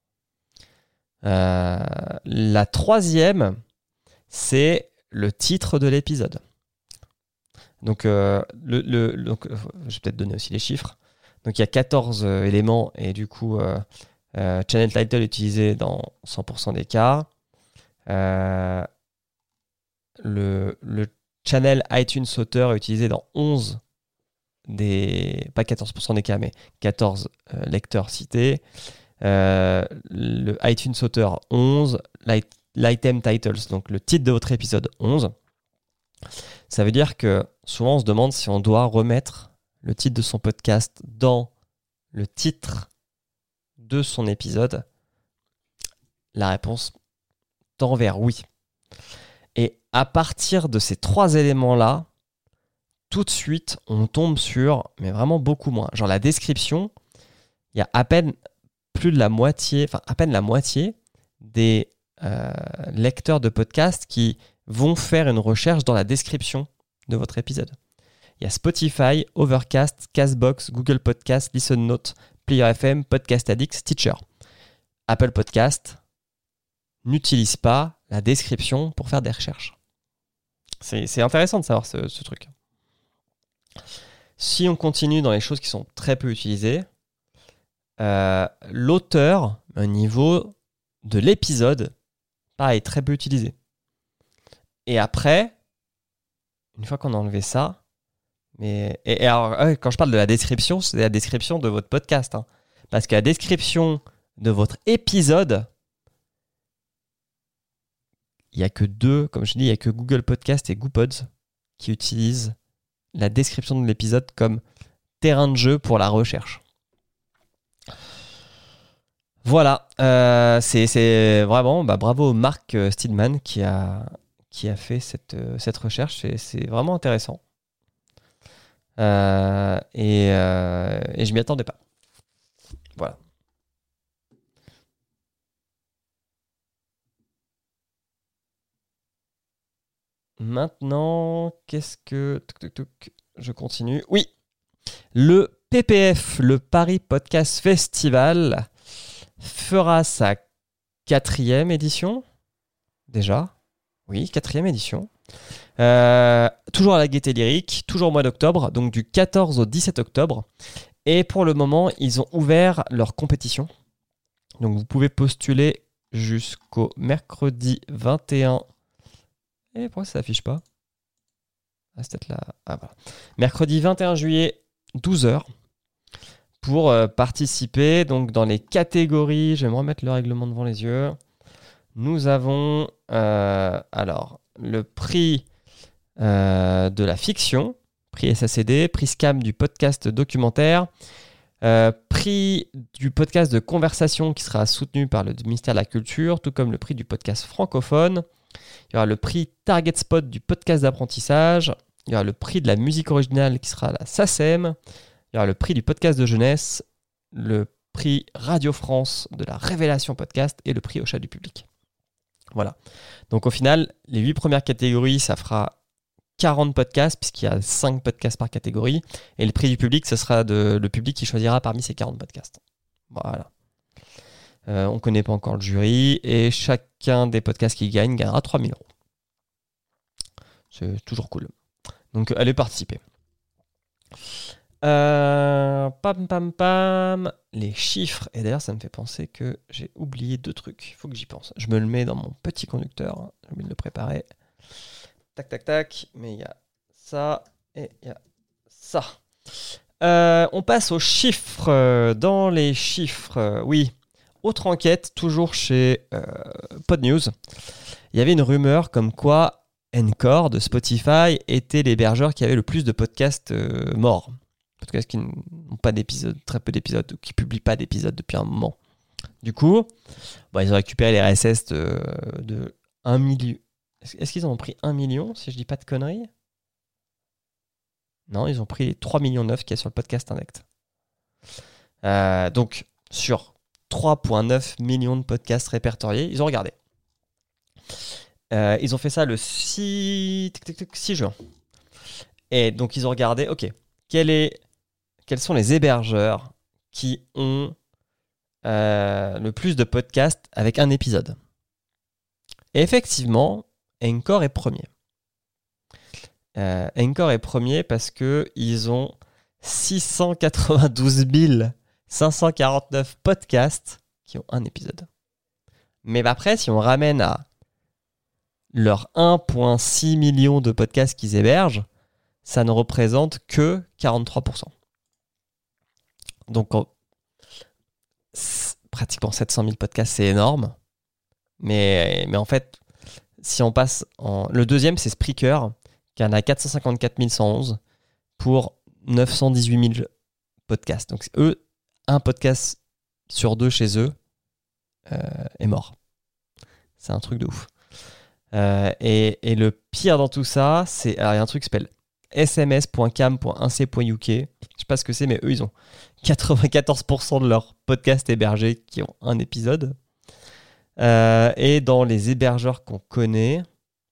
Euh, la troisième, c'est le titre de l'épisode. Donc, euh, le, le, donc, je vais peut-être donner aussi les chiffres. Donc, il y a quatorze euh, éléments et du coup, euh, euh, channel title utilisé dans cent pour cent des cas. Euh, le, le channel iTunes auteur est utilisé dans onze des, pas quatorze pour cent des cas, mais quatorze euh, lecteurs cités. Euh, le iTunes auteur onze, l'item titles, donc le titre de votre épisode onze. Ça veut dire que souvent on se demande si on doit remettre le titre de son podcast dans le titre de son épisode. La réponse tend vers oui. Et à partir de ces trois éléments-là, tout de suite, on tombe sur, mais vraiment beaucoup moins. Genre la description, il y a à peine plus de la moitié, enfin à peine la moitié des euh, lecteurs de podcasts qui vont faire une recherche dans la description de votre épisode. Il y a Spotify, Overcast, Castbox, Google Podcast, Listen Notes, Player F M, Podcast Addict, Stitcher. Apple Podcast n'utilise pas la description pour faire des recherches. C'est, c'est intéressant de savoir ce, ce truc. Si on continue dans les choses qui sont très peu utilisées, euh, l'auteur, au niveau de l'épisode, pareil, très peu utilisé. Et après, une fois qu'on a enlevé ça, mais et, et alors, quand je parle de la description, c'est la description de votre podcast. Hein, parce que la description de votre épisode, il n'y a que deux, comme je dis, il n'y a que Google Podcast et Goodpods qui utilisent la description de l'épisode comme terrain de jeu pour la recherche. Voilà, euh, c'est, c'est vraiment bah, bravo Marc Steedman qui a, qui a fait cette, cette recherche. C'est, c'est vraiment intéressant. Euh, et, euh, et je m'y attendais pas. Voilà. Maintenant, qu'est-ce que... Touc, touc, touc, je continue. Oui, le P P F, le Paris Podcast Festival, fera sa quatrième édition. Déjà. Oui, quatrième édition. Euh, toujours à la Gaîté Lyrique, toujours au mois d'octobre, donc du quatorze au dix-sept octobre. Et pour le moment, ils ont ouvert leur compétition. Donc vous pouvez postuler jusqu'au mercredi vingt et un. Et pourquoi ça s'affiche pas? Ah, c'est peut-être là. Ah, voilà. Mercredi vingt et un juillet, douze heures, pour euh, participer donc, dans les catégories. Je vais me remettre le règlement devant les yeux. Nous avons euh, alors le prix euh, de la fiction, prix S A C D, prix SCAM du podcast documentaire, euh, prix du podcast de conversation qui sera soutenu par le ministère de la Culture, tout comme le prix du podcast francophone. Il y aura le prix Target Spot du podcast d'apprentissage. Il y aura le prix de la musique originale qui sera la SACEM. Il y aura le prix du podcast de jeunesse, le prix Radio France de la Révélation Podcast et le prix au chat du public. Voilà. Donc au final, les huit premières catégories, ça fera quarante podcasts puisqu'il y a cinq podcasts par catégorie. Et le prix du public, ce sera de, le public qui choisira parmi ces quarante podcasts. Voilà. Euh, on ne connaît pas encore le jury et chacun des podcasts qui gagne gagnera trois mille euros. C'est toujours cool. Donc allez participer. Euh, pam pam pam. Les chiffres. Et d'ailleurs, ça me fait penser que j'ai oublié deux trucs. Il faut que j'y pense. Je me le mets dans mon petit conducteur. J'ai oublié de le préparer. Tac tac tac. Mais il y a ça et il y a ça. Euh, on passe aux chiffres. Dans les chiffres, oui. autre enquête, toujours chez euh, PodNews. Il y avait une rumeur comme quoi Anchor de Spotify était l'hébergeur qui avait le plus de podcasts euh, morts. Podcasts qui n'ont pas d'épisodes, très peu d'épisodes, ou qui ne publient pas d'épisodes depuis un moment. Du coup, bon, ils ont récupéré les R S S de, de un million. Est-ce qu'ils en ont pris un million, si je dis pas de conneries? Non, ils ont pris les trois virgule neuf millions qu'il y a sur le Podcast Index. Euh, donc, sur trois virgule neuf millions de podcasts répertoriés, ils ont regardé. Euh, ils ont fait ça le six, six juin. Et donc, ils ont regardé, ok, quel est, quels sont les hébergeurs qui ont euh, le plus de podcasts avec un épisode. Et effectivement, Anchor est premier. Euh, Anchor est premier parce qu'ils ont six cent quatre-vingt-douze mille cinq cent quarante-neuf podcasts qui ont un épisode. Mais après, si on ramène à leurs un virgule six million de podcasts qu'ils hébergent, ça ne représente que quarante-trois pour cent. Donc, on... pratiquement sept cent mille podcasts, c'est énorme. Mais, mais en fait, si on passe en... Le deuxième, c'est Spreaker, qui en a quatre cent cinquante-quatre mille cent onze pour neuf cent dix-huit mille podcasts. Donc, eux, un podcast sur deux chez eux euh, est mort. C'est un truc de ouf. Euh, et, et le pire dans tout ça, c'est... Alors, il y a un truc qui s'appelle s m s point cam point un c point u k. Je sais pas ce que c'est, mais eux, ils ont quatre-vingt-quatorze pour cent de leurs podcasts hébergés qui ont un épisode. Euh, et dans les hébergeurs qu'on connaît,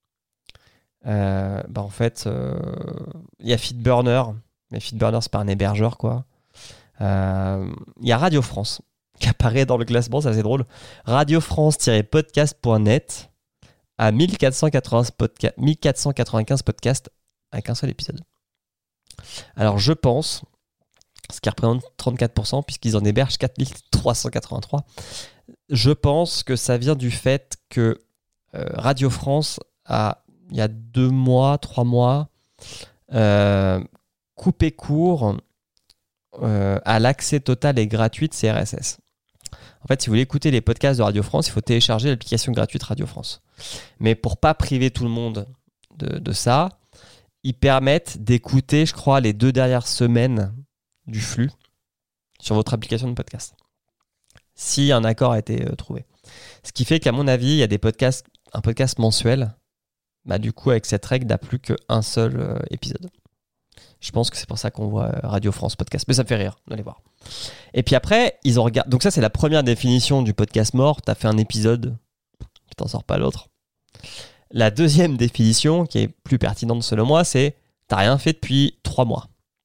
euh, bah en fait, il euh, y a Feedburner. Mais Feedburner, c'est pas un hébergeur, quoi. Il euh, y a Radio France qui apparaît dans le classement, c'est assez drôle. radio france tiret podcast point net à mille quatre cent quatre-vingts podca- mille quatre cent quatre-vingt-quinze podcasts avec un seul épisode. Alors, je pense, ce qui représente trente-quatre pour cent, puisqu'ils en hébergent quatre mille trois cent quatre-vingt-trois, je pense que ça vient du fait que euh, Radio France a, il y a deux mois, trois mois, euh, coupé court euh, à l'accès total et gratuit de ses R S S. En fait, si vous voulez écouter les podcasts de Radio France, il faut télécharger l'application gratuite Radio France. Mais pour pas priver tout le monde de, de ça, ils permettent d'écouter, je crois, les deux dernières semaines du flux sur votre application de podcast, si un accord a été euh, trouvé. Ce qui fait qu'à mon avis, il y a des podcasts, un podcast mensuel, bah, du coup, avec cette règle, n'a plus qu'un seul euh, épisode. Je pense que c'est pour ça qu'on voit euh, Radio France Podcast. Mais ça me fait rire, allez voir. Et puis après, ils ont regardé. Donc ça, c'est la première définition du podcast mort. Tu as fait un épisode, tu t'en sors pas l'autre. La deuxième définition, qui est plus pertinente selon moi, c'est t'as rien fait depuis trois mois.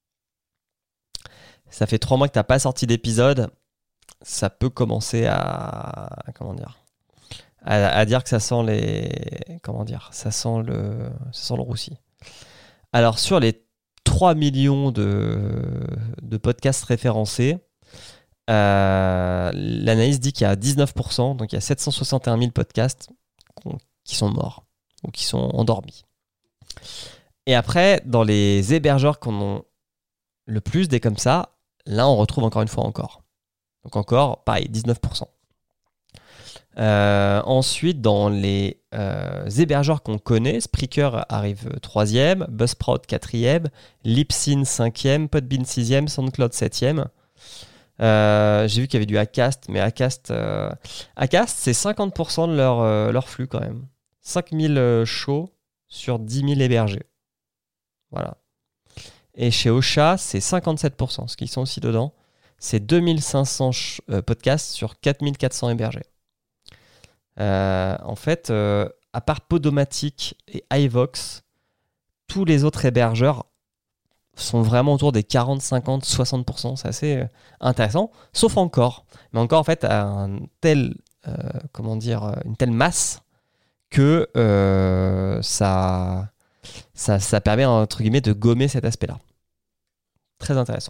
Ça fait trois mois que t'as pas sorti d'épisode. Ça peut commencer à comment dire à, à dire que ça sent les comment dire ça sent le ça sent le roussi. Alors sur les trois millions de, de podcasts référencés, euh, l'analyse dit qu'il y a dix-neuf pour cent, donc il y a sept cent soixante et un mille podcasts qui sont morts ou qui sont endormis. Et après, dans les hébergeurs qu'on ont le plus des comme ça, là on retrouve encore une fois encore. Donc encore, pareil, dix-neuf pour cent. Euh, ensuite, dans les euh, hébergeurs qu'on connaît, Spreaker arrive troisième, Buzzsprout quatrième, Libsyn cinquième, Podbean sixième, SoundCloud septième. Euh, j'ai vu qu'il y avait du Acast, mais Acast, euh, Acast c'est cinquante pour cent de leur, euh, leur flux quand même. cinq mille shows sur dix mille hébergés. Voilà. Et chez Ocha, c'est cinquante-sept pour cent, ce qui sont aussi dedans. C'est deux mille cinq cents ch- euh, podcasts sur quatre mille quatre cents hébergés. Euh, en fait, euh, à part Podomatic et iVox, tous les autres hébergeurs sont vraiment autour des quarante, cinquante, soixante pour cent. C'est assez euh, intéressant, sauf Encore. Mais Encore, en fait, a un tel, euh, comment dire, une telle masse que euh, ça, ça, ça permet, entre guillemets, de gommer cet aspect-là. Très intéressant.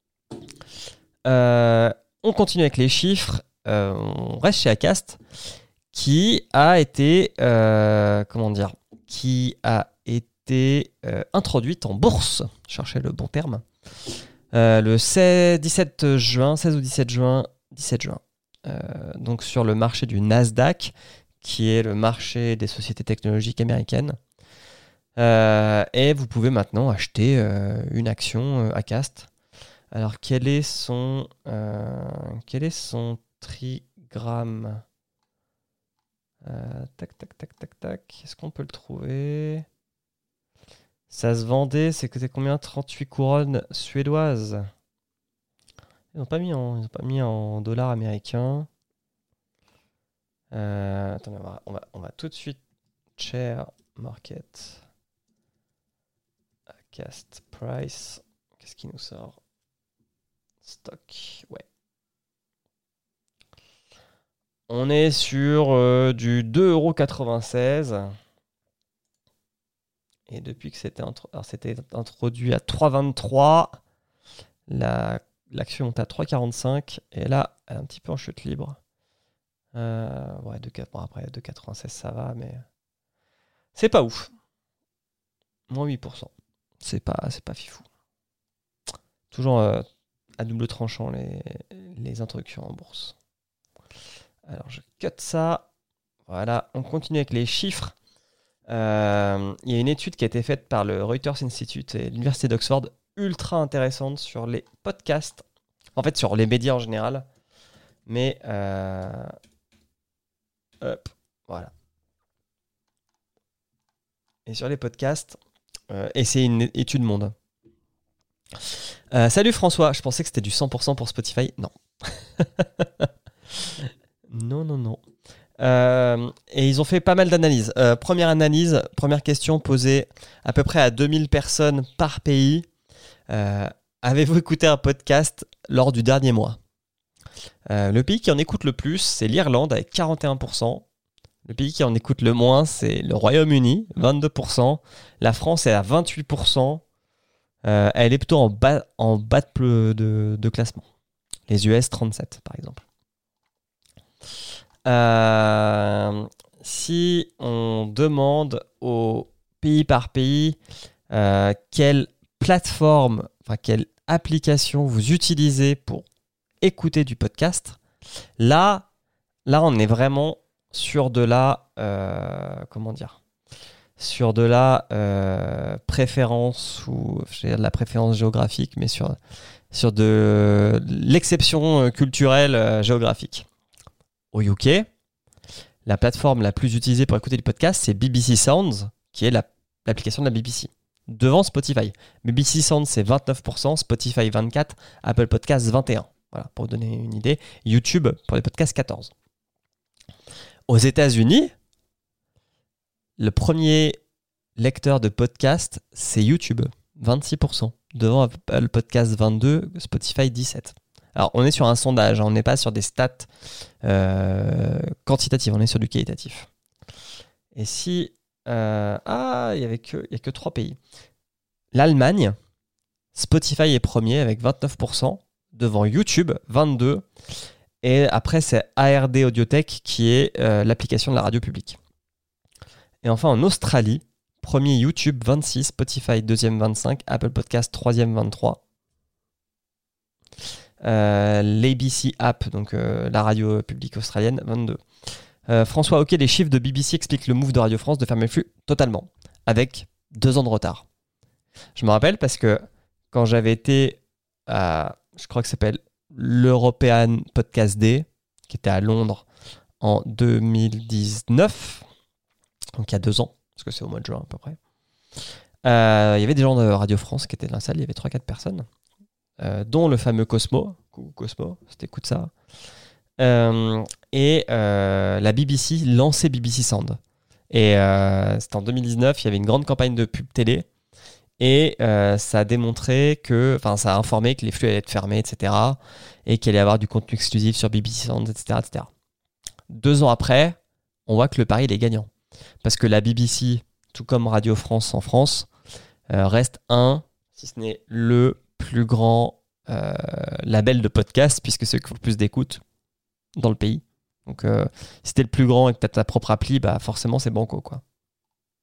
Euh, on continue avec les chiffres. Euh, on reste chez Acast, qui a été, euh, comment dire, qui a été euh, introduite en bourse. Je cherchais le bon terme. Euh, le seize, dix-sept juin, seize ou dix-sept juin, dix-sept juin. euh, donc sur le marché du Nasdaq, qui est le marché des sociétés technologiques américaines. Euh, et vous pouvez maintenant acheter euh, une action euh, Acast. Alors, quel est son, euh, quel est son trigramme euh, Tac, tac, tac, tac, tac. Est-ce qu'on peut le trouver? Ça se vendait, c'est que c'est combien? trente-huit couronnes suédoises. Ils n'ont pas mis en, ils ont pas mis en dollars américains. Euh, attendez, on va, on, va, on va tout de suite share market Acast price. Qu'est-ce qui nous sort? Stock, ouais. On est sur euh, du deux euros quatre-vingt-seize. Et depuis que c'était, intro... Alors, c'était introduit à trois euros vingt-trois, la... l'action monte à trois euros quarante-cinq. Et là, elle est un petit peu en chute libre. Euh... Ouais, deux... bon, après, deux euros quatre-vingt-seize, ça va, mais c'est pas ouf. Moins huit pour cent. C'est pas, c'est pas fifou. Toujours euh, à double tranchant les... les introductions en bourse. Alors, je cut ça. Voilà, on continue avec les chiffres. Euh, il y a une étude qui a été faite par le Reuters Institute et l'Université d'Oxford, ultra intéressante sur les podcasts, en fait sur les médias en général. Mais, euh, hop, voilà. Et sur les podcasts, euh, et c'est une étude monde. Euh, salut François, je pensais que c'était du cent pour cent pour Spotify. Non. non, non, non. Euh, et ils ont fait pas mal d'analyses. Euh, première analyse, première question posée à peu près à deux mille personnes par pays. Euh, avez-vous écouté un podcast lors du dernier mois? euh, Le pays qui en écoute le plus, c'est l'Irlande avec quarante et un pour cent. Le pays qui en écoute le moins, c'est le Royaume-Uni, vingt-deux pour cent. La France est à vingt-huit pour cent. Euh, elle est plutôt en bas, en bas de, de, de classement. Les U S, trente-sept par exemple. Euh, si on demande au pays par pays euh, quelle plateforme, enfin quelle application vous utilisez pour écouter du podcast, là, là on est vraiment sur de la euh, comment dire, sur de la euh, préférence ou je vais dire de la préférence géographique, mais sur sur de l'exception culturelle euh, géographique. Au U K, la plateforme la plus utilisée pour écouter des podcasts, c'est B B C Sounds, qui est la, l'application de la B B C, devant Spotify. B B C Sounds, c'est vingt-neuf pour cent, Spotify vingt-quatre pour cent, Apple Podcasts vingt et un pour cent. Voilà, pour vous donner une idée. YouTube, pour les podcasts, quatorze pour cent. Aux États-Unis, le premier lecteur de podcasts, c'est YouTube, vingt-six pour cent, devant Apple Podcasts vingt-deux pour cent, Spotify dix-sept pour cent. Alors, on est sur un sondage, hein, on n'est pas sur des stats euh, quantitatives, on est sur du qualitatif. Et si... Euh, ah, il n'y avait que, il y a que trois pays. L'Allemagne, Spotify est premier avec vingt-neuf pour cent, devant YouTube, vingt-deux pour cent. Et après, c'est A R D Audiotech qui est euh, l'application de la radio publique. Et enfin, en Australie, premier YouTube, vingt-six, Spotify, deuxième, vingt-cinq, Apple Podcast, troisième, vingt-trois. Euh, l'A B C App, donc euh, la radio publique australienne, vingt-deux. Euh, François, ok, les chiffres de B B C expliquent le move de Radio France de fermer le flux totalement, avec deux ans de retard. Je me rappelle parce que quand j'avais été à, je crois que ça s'appelle l'European Podcast Day, qui était à Londres en deux mille dix-neuf, donc il y a deux ans, parce que c'est au mois de juin à peu près, euh, il y avait des gens de Radio France qui étaient dans la salle, il y avait trois quatre personnes. Euh, dont le fameux Cosmo, Cosmo, c'était écoute ça, euh, et euh, la B B C lançait B B C Sound. Et euh, c'était en deux mille dix-neuf, il y avait une grande campagne de pub télé, et euh, ça a démontré que, enfin, ça a informé que les flux allaient être fermés, et cetera, et qu'il allait y avoir du contenu exclusif sur B B C Sound, et cetera, et cetera. Deux ans après, on voit que le pari il est gagnant, parce que la B B C, tout comme Radio France en France, euh, reste un, si ce n'est le plus grand euh, label de podcast, puisque c'est ceux qui font le plus d'écoute dans le pays. Donc, euh, si t'es le plus grand et que t'as ta propre appli, bah forcément, c'est banco, quoi.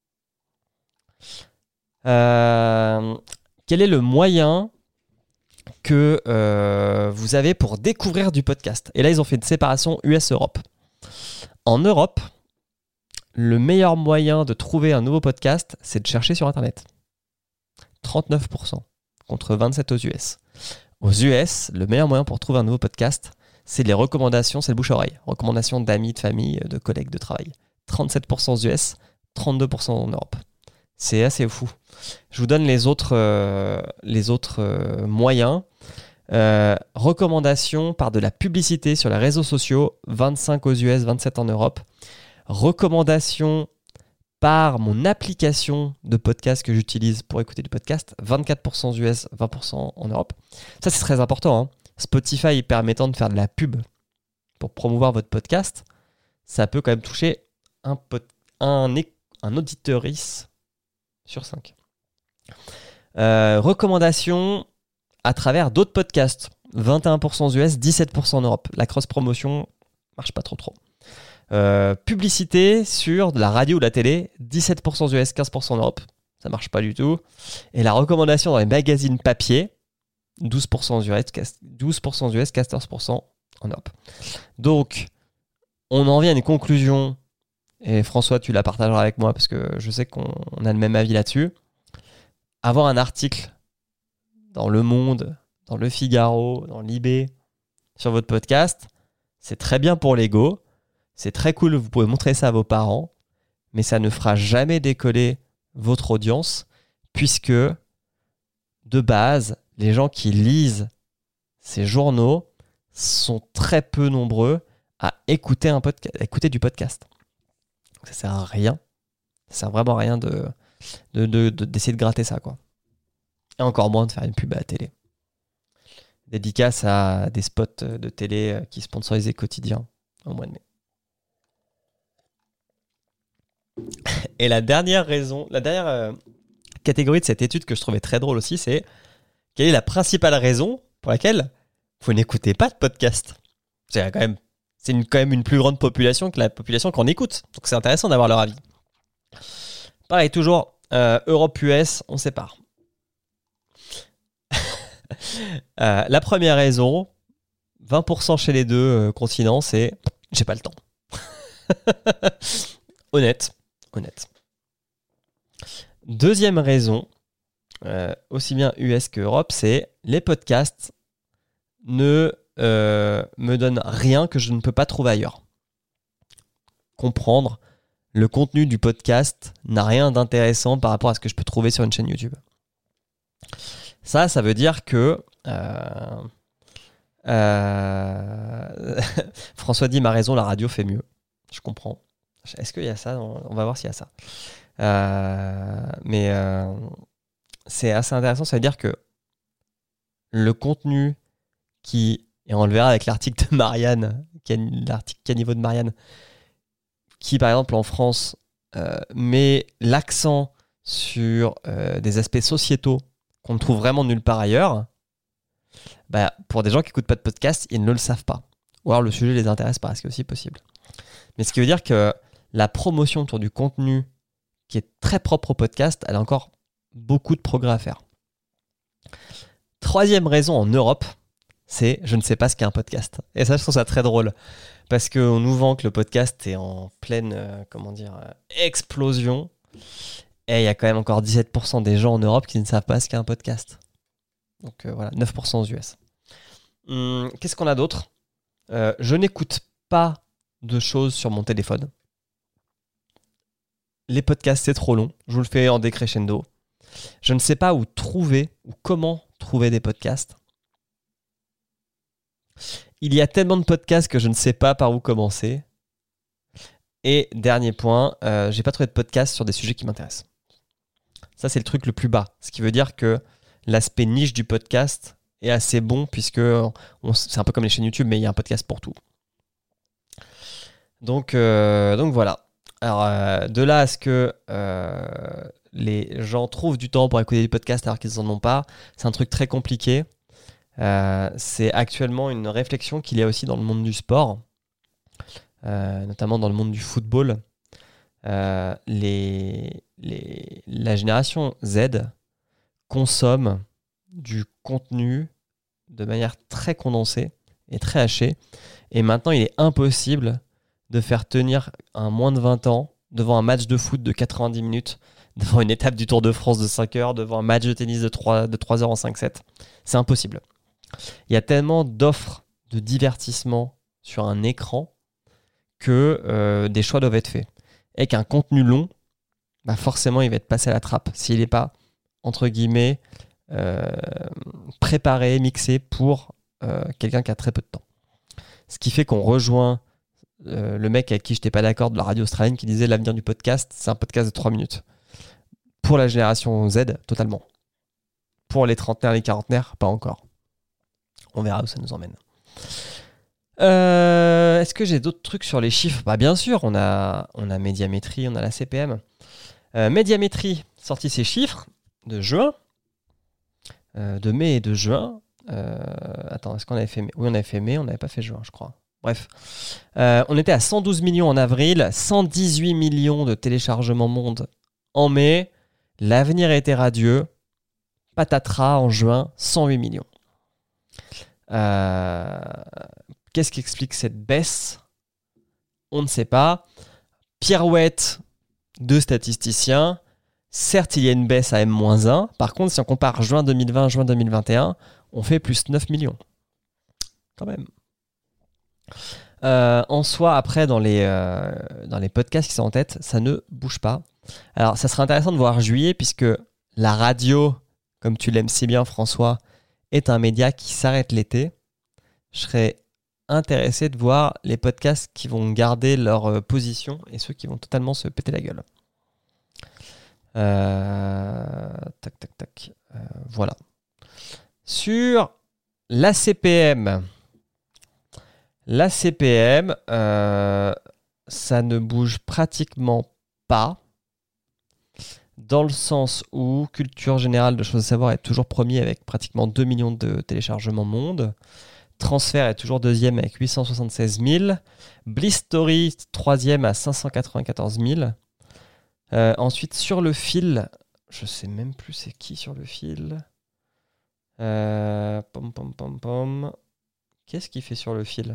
Euh, quel est le moyen que euh, vous avez pour découvrir du podcast. Et là, ils ont fait une séparation U S-Europe. En Europe, le meilleur moyen de trouver un nouveau podcast, c'est de chercher sur Internet. trente-neuf pour cent contre vingt-sept pour cent aux U S. Aux U S, le meilleur moyen pour trouver un nouveau podcast, c'est les recommandations, c'est le bouche-oreille. Recommandations d'amis, de famille, de collègues de travail. trente-sept pour cent aux U S, trente-deux pour cent en Europe. C'est assez fou. Je vous donne les autres, euh, les autres euh, moyens. Euh, recommandations par de la publicité sur les réseaux sociaux, vingt-cinq aux U S, vingt-sept en Europe. Recommandations par mon application de podcast que j'utilise pour écouter du podcast, vingt-quatre pour cent aux U S, vingt pour cent en Europe. Ça, c'est très important, hein. Spotify permettant de faire de la pub pour promouvoir votre podcast, ça peut quand même toucher un, pod- un, un auditeurice sur cinq. Euh, recommandations à travers d'autres podcasts, vingt et un pour cent aux U S, dix-sept pour cent en Europe. La cross-promotion marche pas trop trop. Euh, publicité sur de la radio ou de la télé, dix-sept pour cent aux U S, quinze pour cent en Europe. Ça marche pas du tout. Et la recommandation dans les magazines papier, douze pour cent aux U S, douze pour cent aux U S, quatorze pour cent en Europe. Donc, on en vient à une conclusion, et François, tu la partageras avec moi parce que je sais qu'on a le même avis là-dessus. Avoir un article dans Le Monde, dans Le Figaro, dans l'I B, sur votre podcast, c'est très bien pour l'ego, c'est très cool, vous pouvez montrer ça à vos parents, mais ça ne fera jamais décoller votre audience, puisque, de base, les gens qui lisent ces journaux sont très peu nombreux à écouter, un podca- à écouter du podcast. Ça sert à rien. Ça sert vraiment à rien de, de, de, de- d'essayer de gratter ça, quoi. Et encore moins de faire une pub à la télé. Dédicace à des spots de télé qui sponsorisaient Quotidien au mois de mai. Et la dernière raison, la dernière euh, catégorie de cette étude que je trouvais très drôle aussi, c'est quelle est la principale raison pour laquelle vous n'écoutez pas de podcast. C'est quand même, c'est une, quand même une plus grande population que la population qu'on écoute. Donc c'est intéressant d'avoir leur avis. Pareil, toujours euh, Europe-U S, on sépare. euh, la première raison, vingt pour cent chez les deux euh, continents, c'est j'ai pas le temps. Honnête. Honnête. Deuxième raison, euh, aussi bien U S que Europe, c'est les podcasts ne euh, me donnent rien que je ne peux pas trouver ailleurs. Comprendre, le contenu du podcast n'a rien d'intéressant par rapport à ce que je peux trouver sur une chaîne YouTube. Ça, ça veut dire que euh, euh, François dit, ma raison, la radio fait mieux. Je comprends. Est-ce qu'il y a ça? On va voir s'il y a ça. Euh, mais euh, c'est assez intéressant. Ça veut dire que le contenu qui, et on le verra avec l'article de Marianne, qui est l'article Caniveau de Marianne, qui par exemple en France euh, met l'accent sur euh, des aspects sociétaux qu'on ne trouve vraiment nulle part ailleurs, bah, pour des gens qui n'écoutent pas de podcast, ils ne le savent pas. Ou alors le sujet les intéresse pas, ce qui est aussi possible. Mais ce qui veut dire que la promotion autour du contenu qui est très propre au podcast, elle a encore beaucoup de progrès à faire. Troisième raison en Europe, c'est je ne sais pas ce qu'est un podcast. Et ça, je trouve ça très drôle. Parce qu'on nous vend que le podcast est en pleine, euh, comment dire, euh, explosion. Et il y a quand même encore dix-sept pour cent des gens en Europe qui ne savent pas ce qu'est un podcast. Donc euh, voilà, neuf pour cent aux U S. Hum, qu'est-ce qu'on a d'autre? euh, Je n'écoute pas de choses sur mon téléphone. Les podcasts, c'est trop long. Je vous le fais en décrescendo. Je ne sais pas où trouver ou comment trouver des podcasts. Il y a tellement de podcasts que je ne sais pas par où commencer. Et dernier point, euh, j'ai pas trouvé de podcast sur des sujets qui m'intéressent. Ça, c'est le truc le plus bas. Ce qui veut dire que l'aspect niche du podcast est assez bon puisque on, c'est un peu comme les chaînes YouTube, mais il y a un podcast pour tout. Donc, euh, donc voilà. Alors, euh, de là à ce que euh, les gens trouvent du temps pour écouter des podcasts alors qu'ils n'en ont pas, c'est un truc très compliqué. Euh, c'est actuellement une réflexion qu'il y a aussi dans le monde du sport, euh, notamment dans le monde du football. Euh, les, les, la génération Z consomme du contenu de manière très condensée et très hachée. Et maintenant, il est impossible de faire tenir un moins de vingt ans devant un match de foot de quatre-vingt-dix minutes, devant une étape du Tour de France de cinq heures, devant un match de tennis de trois, de trois heures en cinq sept. C'est impossible. Il y a tellement d'offres de divertissement sur un écran que euh, des choix doivent être faits. Et qu'un contenu long, bah forcément, il va être passé à la trappe s'il n'est pas, entre guillemets, euh, préparé, mixé pour euh, quelqu'un qui a très peu de temps. Ce qui fait qu'on rejoint euh, le mec avec qui je n'étais pas d'accord de la radio australienne qui disait l'avenir du podcast, c'est un podcast de trois minutes. Pour la génération Z, totalement. Pour les trentenaires, les quarantenaires, pas encore. On verra où ça nous emmène. Euh, est-ce que j'ai d'autres trucs sur les chiffres ? Bah bien sûr, on a, on a Médiamétrie, on a la C P M. Euh, Médiamétrie sorti ses chiffres de juin, euh, de mai et de juin. Euh, attends, est-ce qu'on avait fait mai ? Oui, on avait fait mai, on n'avait pas fait juin, je crois. Bref, euh, on était à cent douze millions en avril, cent dix-huit millions de téléchargements monde en mai. L'avenir était radieux. Patatras en juin, cent huit millions. Euh, qu'est-ce qui explique cette baisse ? On ne sait pas. Pirouette de statisticiens. Certes, il y a une baisse à M moins un. Par contre, si on compare juin deux mille vingt, juin deux mille vingt et un, on fait plus neuf millions. Quand même. Euh, en soi, après, dans les, euh, dans les podcasts qui sont en tête, ça ne bouge pas. Alors, ça serait intéressant de voir juillet, puisque la radio, comme tu l'aimes si bien, François, est un média qui s'arrête l'été. Je serais intéressé de voir les podcasts qui vont garder leur euh, position et ceux qui vont totalement se péter la gueule. Euh, tac, tac, tac. Euh, voilà. Sur la C P M, la C P M, euh, ça ne bouge pratiquement pas, dans le sens où Culture Générale de Choses à Savoir est toujours premier avec pratiquement deux millions de téléchargements monde. Transfert est toujours deuxième avec huit cent soixante-seize mille. Bliss Story, troisième à cinq cent quatre-vingt-quatorze mille. Euh, ensuite, sur le fil, je sais même plus c'est qui sur le fil. Euh, pom, pom, pom, pom. Qu'est-ce qu'il fait sur le fil ?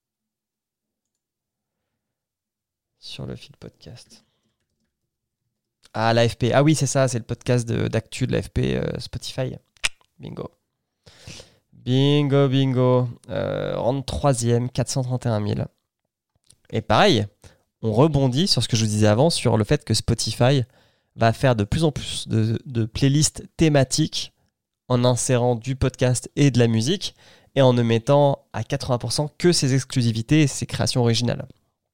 Sur le fil podcast. Ah, l'A F P. Ah oui, c'est ça, c'est le podcast de, d'actu de l'A F P euh, Spotify. Bingo. Bingo, bingo. Euh, rentre troisième, quatre cent trente et un mille. Et pareil, on rebondit sur ce que je vous disais avant, sur le fait que Spotify va faire de plus en plus de, de playlists thématiques en insérant du podcast et de la musique et en ne mettant à quatre-vingts pour cent que ses exclusivités et ses créations originales.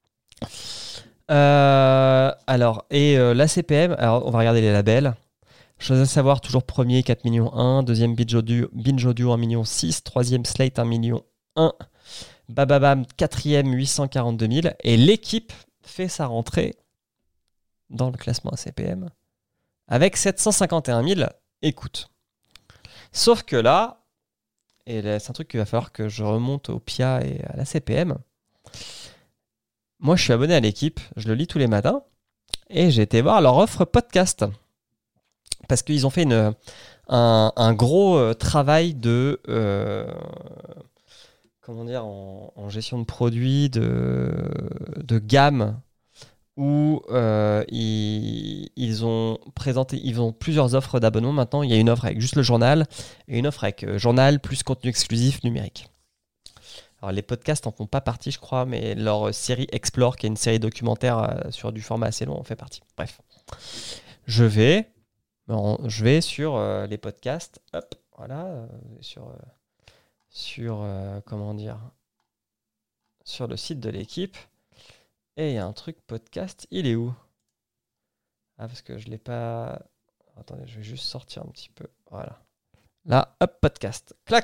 Euh, alors, et euh, la C P M, alors on va regarder les labels. Chose à savoir, toujours premier, quatre millions un. Deuxième, Binge Audio, Binge Audio un million six. Troisième, Slate, un million un. Bababam, quatrième, huit cent quarante-deux mille. Et l'équipe fait sa rentrée dans le classement A C P M avec sept cent cinquante et un mille écoutes. Sauf que là, et c'est un truc qu'il va falloir que je remonte au P I A et à la C P M. Moi, je suis abonné à l'équipe, je le lis tous les matins, et j'ai été voir leur offre podcast. Parce qu'ils ont fait une, un, un gros euh, travail de, euh, comment dire, en, en gestion de produits, de, de gamme, où euh, ils, ils ont présenté, ils ont plusieurs offres d'abonnement maintenant. Il y a une offre avec juste le journal, et une offre avec euh, journal plus contenu exclusif numérique. Alors, les podcasts n'en font pas partie, je crois, mais leur série Explore, qui est une série documentaire euh, sur du format assez long, en fait partie. Bref. Je vais, bon, je vais sur euh, les podcasts. Hop, voilà. Euh, sur, euh, sur euh, comment dire, sur le site de l'équipe. Et il y a un truc podcast. Il est où ? Ah, parce que je ne l'ai pas... Attendez, je vais juste sortir un petit peu. Voilà. Là, hop, podcast. Clac !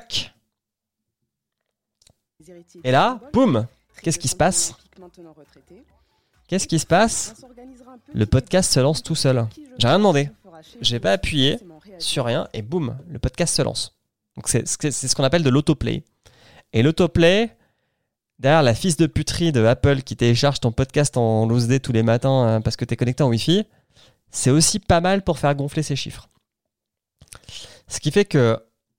Et là, boum, qu'est-ce qui se passe ? Qu'est-ce qui se passe ? Le podcast se lance tout seul. J'ai rien demandé. J'ai pas appuyé sur rien et boum, le podcast se lance. Donc c'est, c'est, c'est ce qu'on appelle de l'autoplay. Et l'autoplay, derrière la fils de puterie de Apple qui télécharge ton podcast en loose day tous les matins parce que t'es connecté en Wi-Fi, c'est aussi pas mal pour faire gonfler ses chiffres. Ce qui fait que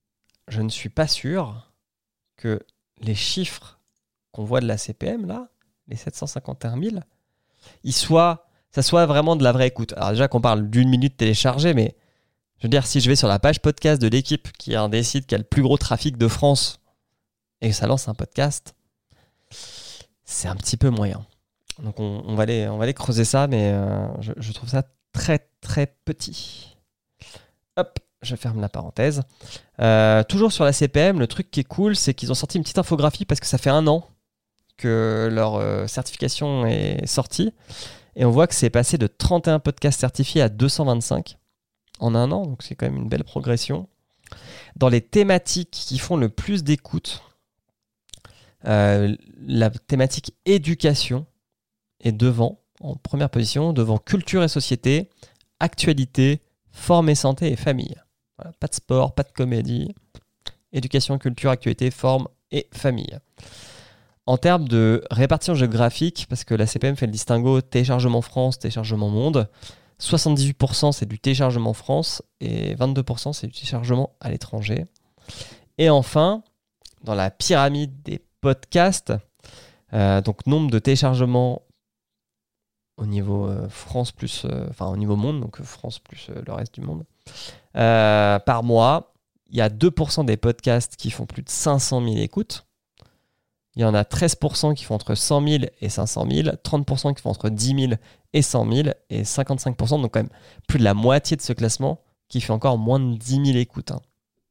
je ne suis pas sûr que les chiffres qu'on voit de la C P M, là, les sept cent cinquante et un mille, ils soient, ça soit vraiment de la vraie écoute. Alors déjà qu'on parle d'une minute téléchargée, mais je veux dire, si je vais sur la page podcast de l'équipe, qui est un des sites qui a le plus gros trafic de France, et ça lance un podcast, c'est un petit peu moyen. Donc on, on, va, aller, on va aller creuser ça, mais euh, je, je trouve ça très très petit. Hop, je ferme la parenthèse. Euh, toujours sur la C P M, le truc qui est cool, c'est qu'ils ont sorti une petite infographie parce que ça fait un an que leur euh, certification est sortie. Et on voit que c'est passé de trente et un podcasts certifiés à deux cent vingt-cinq en un an. Donc c'est quand même une belle progression. Dans les thématiques qui font le plus d'écoute, euh, la thématique éducation est devant, en première position, devant culture et société, actualité, forme et santé et famille. Voilà, pas de sport, pas de comédie. Éducation, culture, actualité, forme et famille. En termes de répartition géographique, parce que la C P M fait le distinguo téléchargement France, téléchargement monde, soixante-dix-huit pour cent c'est du téléchargement France et vingt-deux pour cent c'est du téléchargement à l'étranger. Et enfin, dans la pyramide des podcasts, euh, donc nombre de téléchargements au niveau euh, France plus, euh, enfin au niveau monde, donc France plus euh, le reste du monde, euh, par mois, il y a deux pour cent des podcasts qui font plus de cinq cent mille écoutes. Il y en a treize pour cent qui font entre cent mille et cinq cent mille, trente pour cent qui font entre dix mille et cent mille, et cinquante-cinq pour cent, donc quand même plus de la moitié de ce classement, qui fait encore moins de dix mille écoutes. Hein.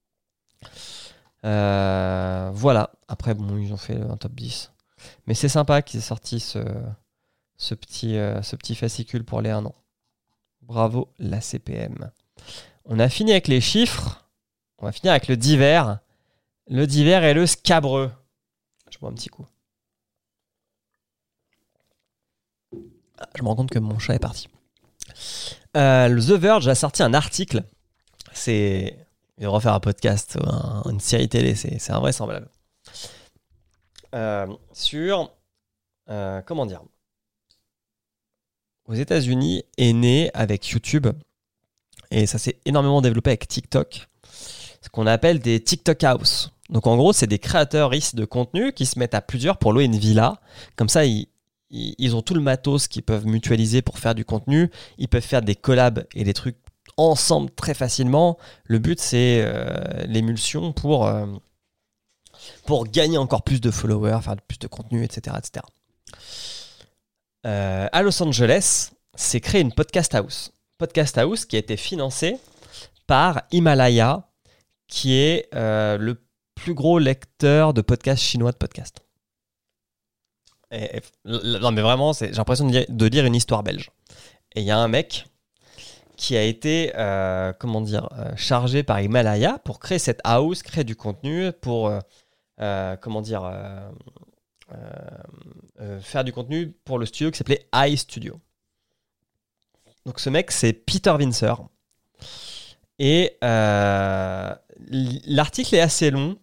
Euh, voilà. Après, bon, ils ont fait un top dix. Mais c'est sympa qu'ils aient sorti ce, ce, petit, euh, ce petit fascicule pour les un an. Bravo, la C P M. On a fini avec les chiffres. On va finir avec le divers. Le divers et le scabreux. Je bois un petit coup. Ah, je me rends compte que mon chat est parti. Euh, le The Verge a sorti un article. C'est... Il devrait faire un podcast, un, une série télé, c'est, c'est invraisemblable. Euh, sur... Euh, comment dire ? Aux États-Unis est né avec YouTube, et ça s'est énormément développé avec TikTok, ce qu'on appelle des TikTok House. Donc en gros, c'est des créateurs de contenu qui se mettent à plusieurs pour louer une villa. Comme ça, ils, ils, ils ont tout le matos qu'ils peuvent mutualiser pour faire du contenu. Ils peuvent faire des collabs et des trucs ensemble très facilement. Le but, c'est euh, l'émulsion pour, euh, pour gagner encore plus de followers, faire plus de contenu, et cetera et cetera. Euh, à Los Angeles, c'est créé une podcast house. Podcast house qui a été financée par Himalaya, qui est euh, le plus gros lecteur de podcasts chinois de podcasts. Et, et, non mais vraiment, c'est, j'ai l'impression de dire, de dire une histoire belge. Et il y a un mec qui a été euh, comment dire, euh, chargé par Himalaya pour créer cette house, créer du contenu, pour euh, euh, comment dire, euh, euh, euh, faire du contenu pour le studio qui s'appelait iStudio. Donc ce mec, c'est Peter Vincer. Et euh, l'article est assez long.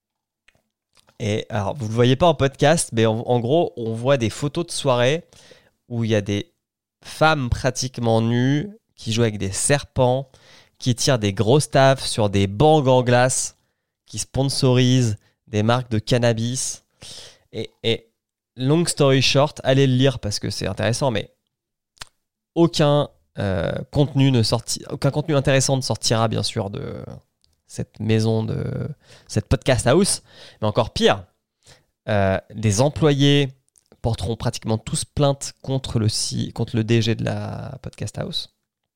Et alors, vous ne le voyez pas en podcast, mais en, en gros, on voit des photos de soirée où il y a des femmes pratiquement nues qui jouent avec des serpents, qui tirent des grosses taffes sur des bangs en glace, qui sponsorisent des marques de cannabis. Et, et long story short, allez le lire parce que c'est intéressant, mais aucun euh, contenu ne sorti, aucun contenu intéressant ne sortira bien sûr de cette maison, de cette podcast house. Mais encore pire, euh, les employés porteront pratiquement tous plainte contre le, C, contre le D G de la podcast house.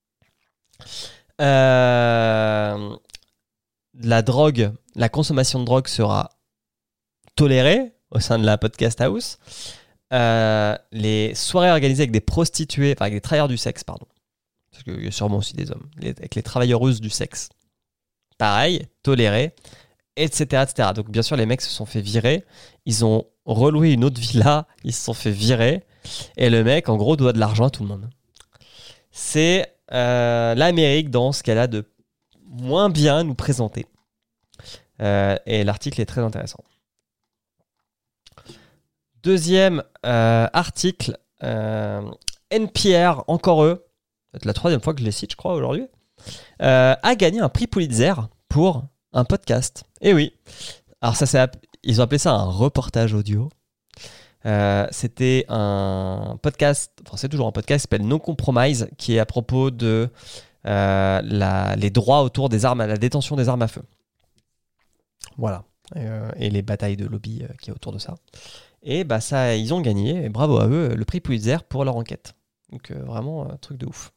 Euh, la drogue, la consommation de drogue sera tolérée au sein de la podcast house. Euh, les soirées organisées avec des prostituées, enfin avec des travailleurs du sexe, pardon, parce qu'il y a sûrement aussi des hommes, les, avec les travailleuses du sexe, pareil, toléré, et cetera, et cetera. Donc bien sûr, les mecs se sont fait virer, ils ont reloué une autre villa, ils se sont fait virer, et le mec, en gros, doit de l'argent à tout le monde. C'est euh, l'Amérique dans ce qu'elle a de moins bien à nous présenter. Euh, et l'article est très intéressant. Deuxième euh, article, euh, N P R, encore eux, c'est la troisième fois que je les cite, je crois, aujourd'hui, euh, a gagné un prix Pulitzer pour un podcast. Et oui. Alors ça, c'est app- ils ont appelé ça un reportage audio. Euh, c'était un podcast, enfin c'est toujours un podcast, qui s'appelle No Compromise, qui est à propos de euh, la, les droits autour des armes, à la détention des armes à feu. Voilà. Et, euh, et les batailles de lobby euh, qui est autour de ça. Et bah ça, ils ont gagné, et bravo à eux, le prix Pulitzer pour leur enquête. Donc euh, vraiment, un truc de ouf.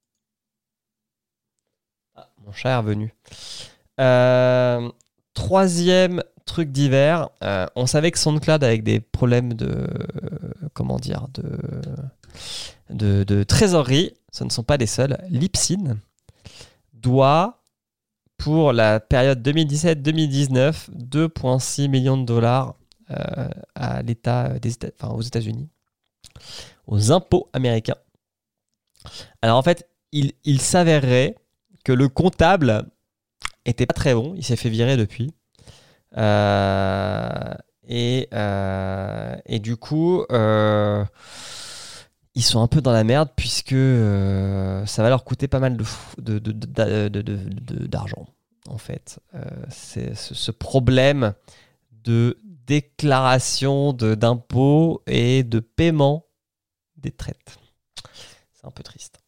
Ah, mon chat est revenu. Euh, troisième truc divers, euh, on savait que SoundCloud, avec des problèmes de euh, comment dire de, de de trésorerie, ce ne sont pas les seuls. Libsyn doit, pour la période deux mille dix-sept deux mille dix-neuf, deux virgule six millions de dollars euh, à l'État des États, enfin aux États-Unis, aux impôts américains. Alors en fait, il, il s'avérerait que le comptable était pas très bon, il s'est fait virer depuis. Euh, et, euh, et du coup, euh, ils sont un peu dans la merde puisque euh, ça va leur coûter pas mal de, de, de, de, de, de, de, d'argent, en fait. Euh, c'est ce, ce problème de déclaration de, d'impôts et de paiement des traites. C'est un peu triste.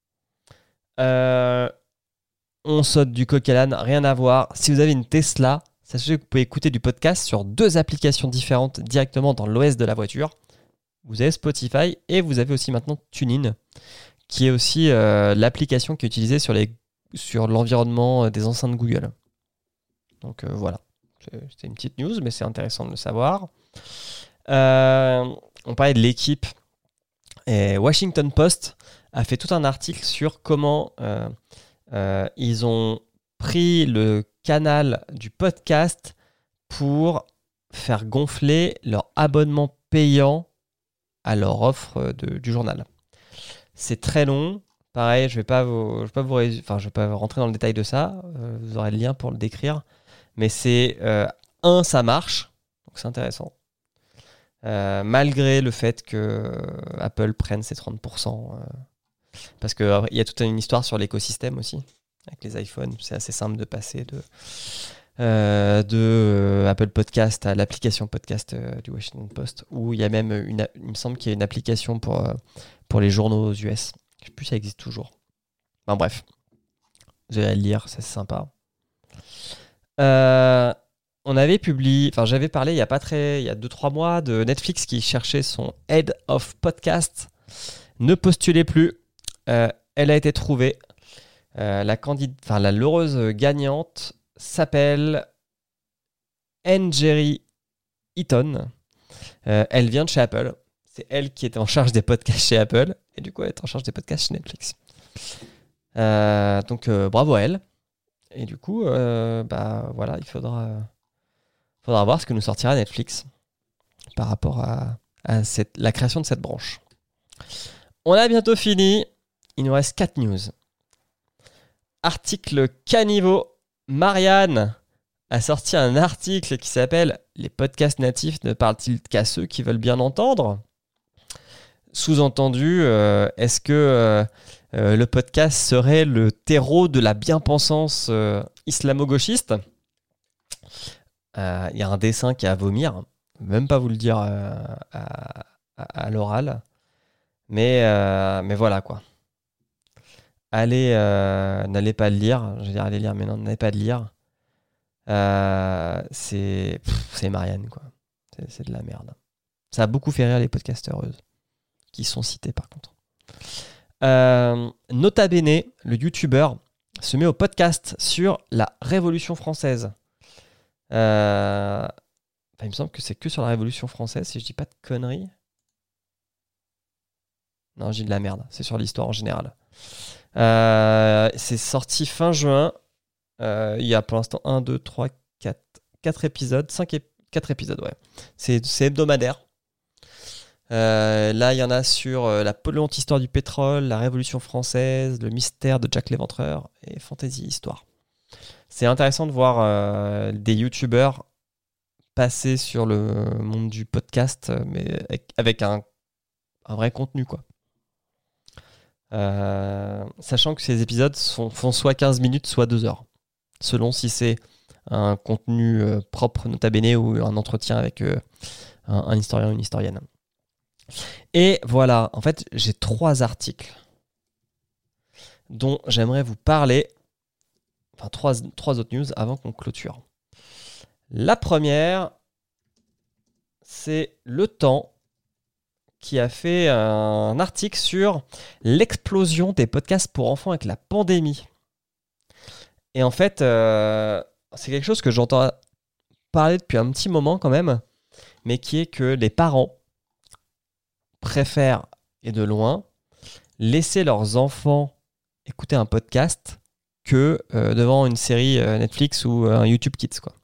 Euh, on saute du coq à l'âne, rien à voir. Si vous avez une Tesla, sachez que vous pouvez écouter du podcast sur deux applications différentes directement dans l'O S de la voiture. Vous avez Spotify et vous avez aussi maintenant TuneIn, qui est aussi euh, l'application qui est utilisée sur, les, sur l'environnement des enceintes Google. Donc euh, voilà, c'était une petite news, mais c'est intéressant de le savoir. Euh, on parlait de l'équipe. Et Washington Post a fait tout un article sur comment euh, euh, ils ont pris le canal du podcast pour faire gonfler leur abonnement payant à leur offre de, du journal. C'est très long. Pareil, je ne vais pas vous, je vais pas vous, enfin, je vais pas rentrer dans le détail de ça. Euh, vous aurez le lien pour le décrire. Mais c'est euh, un, ça marche, donc c'est intéressant. Euh, malgré le fait que euh, Apple prenne ses trente pour cent. Euh, parce qu'il euh, y a toute une histoire sur l'écosystème aussi. Avec les iPhones, c'est assez simple de passer de, euh, de euh, Apple Podcast à l'application podcast euh, du Washington Post, où il y a même une, il me semble qu'il y a une application pour, euh, pour les journaux aux U S. Je ne sais plus si ça existe toujours. Enfin bref, vous allez le lire, c'est sympa. Euh, on avait publié, enfin j'avais parlé il y a pas très, il y a deux trois mois de Netflix qui cherchait son Head of Podcast. Ne postulez plus. Euh, elle a été trouvée. Euh, la candid... enfin, la l'heureuse gagnante s'appelle Anne-Jerry Eaton. Euh, elle vient de chez Apple. C'est elle qui était en charge des podcasts chez Apple. Et du coup, elle est en charge des podcasts chez Netflix. Euh, donc, euh, bravo à elle. Et du coup, euh, bah, voilà, il faudra, faudra voir ce que nous sortira Netflix par rapport à, à cette, la création de cette branche. On a bientôt fini. Il nous reste quatre news. Article caniveau. Marianne a sorti un article qui s'appelle « Les podcasts natifs ne parlent-ils qu'à ceux qui veulent bien entendre ?» Sous-entendu, euh, est-ce que euh, euh, le podcast serait le terreau de la bien-pensance euh, islamo-gauchiste ? Il euh, y a un dessin qui est à vomir. Même pas vous le dire euh, à, à, à l'oral. Mais, euh, mais voilà quoi. Allez, euh, n'allez pas le lire. Je vais dire allez lire, mais non, n'allez pas le lire. Euh, c'est, pff, c'est Marianne, quoi. C'est, c'est de la merde. Ça a beaucoup fait rire les podcasteuses qui sont cités, par contre. Euh, Nota Bene, le youtubeur, se met au podcast sur la Révolution française. Euh, enfin, il me semble que c'est que sur la Révolution française, si je dis pas de conneries. Non, j'ai de la merde. C'est sur l'histoire en général. Euh, c'est sorti fin juin. Euh, il y a pour l'instant un, deux, trois, quatre, quatre épisodes. cinq ép- quatre épisodes, ouais. C'est, c'est hebdomadaire. Euh, là, il y en a sur euh, la polluante histoire du pétrole, la Révolution française, le mystère de Jack l'Éventreur et Fantasy Histoire. C'est intéressant de voir euh, des youtubeurs passer sur le monde du podcast, mais avec, avec un, un vrai contenu, quoi. Euh, sachant que ces épisodes sont, font soit quinze minutes, soit deux heures. Selon si c'est un contenu euh, propre, nota bene, ou un entretien avec euh, un, un historien ou une historienne. Et voilà, en fait, j'ai trois articles dont j'aimerais vous parler. Enfin, trois, trois autres news avant qu'on clôture. La première, c'est Le Temps qui a fait un article sur l'explosion des podcasts pour enfants avec la pandémie. Et en fait, euh, c'est quelque chose que j'entends parler depuis un petit moment quand même, mais qui est que les parents préfèrent, et de loin, laisser leurs enfants écouter un podcast que euh, devant une série euh, Netflix ou euh, un YouTube Kids, quoi.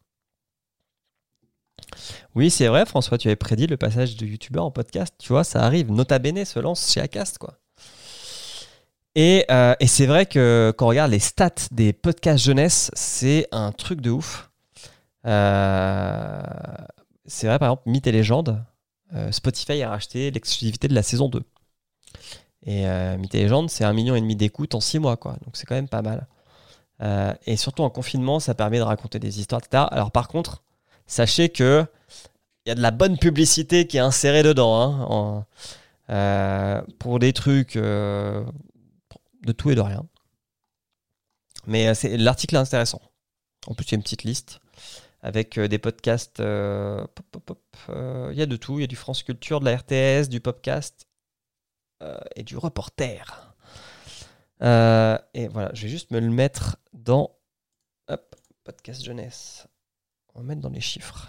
Oui, c'est vrai, François, tu avais prédit le passage de YouTubeur en podcast. Tu vois, ça arrive. Nota Bene se lance chez Acast, quoi. Et, euh, et c'est vrai que quand on regarde les stats des podcasts jeunesse, c'est un truc de ouf. Euh, c'est vrai, par exemple, Mythes et légendes, euh, Spotify a racheté l'exclusivité de la saison deux. Et euh, Mythes et légendes, c'est un million et demi d'écoutes en six mois, quoi. Donc c'est quand même pas mal. Euh, et surtout en confinement, ça permet de raconter des histoires, et cetera. Alors par contre, sachez que il y a de la bonne publicité qui est insérée dedans, hein, en, euh, pour des trucs euh, de tout et de rien. Mais euh, c'est, l'article est intéressant. En plus, il y a une petite liste avec euh, des podcasts. Euh, pop, pop, pop, euh, il y a de tout. Il y a du France Culture, de la R T S, du Popcast euh, et du Reporter. Euh, et voilà, je vais juste me le mettre dans hop, podcast jeunesse. On va mettre dans les chiffres.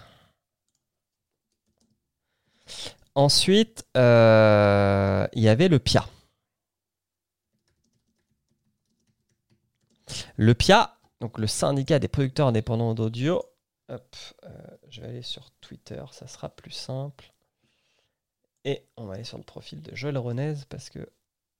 Ensuite, euh, il y avait le P I A. Le P I A, donc le syndicat des producteurs indépendants d'audio. Hop, euh, je vais aller sur Twitter, ça sera plus simple. Et on va aller sur le profil de Joël Renez parce que...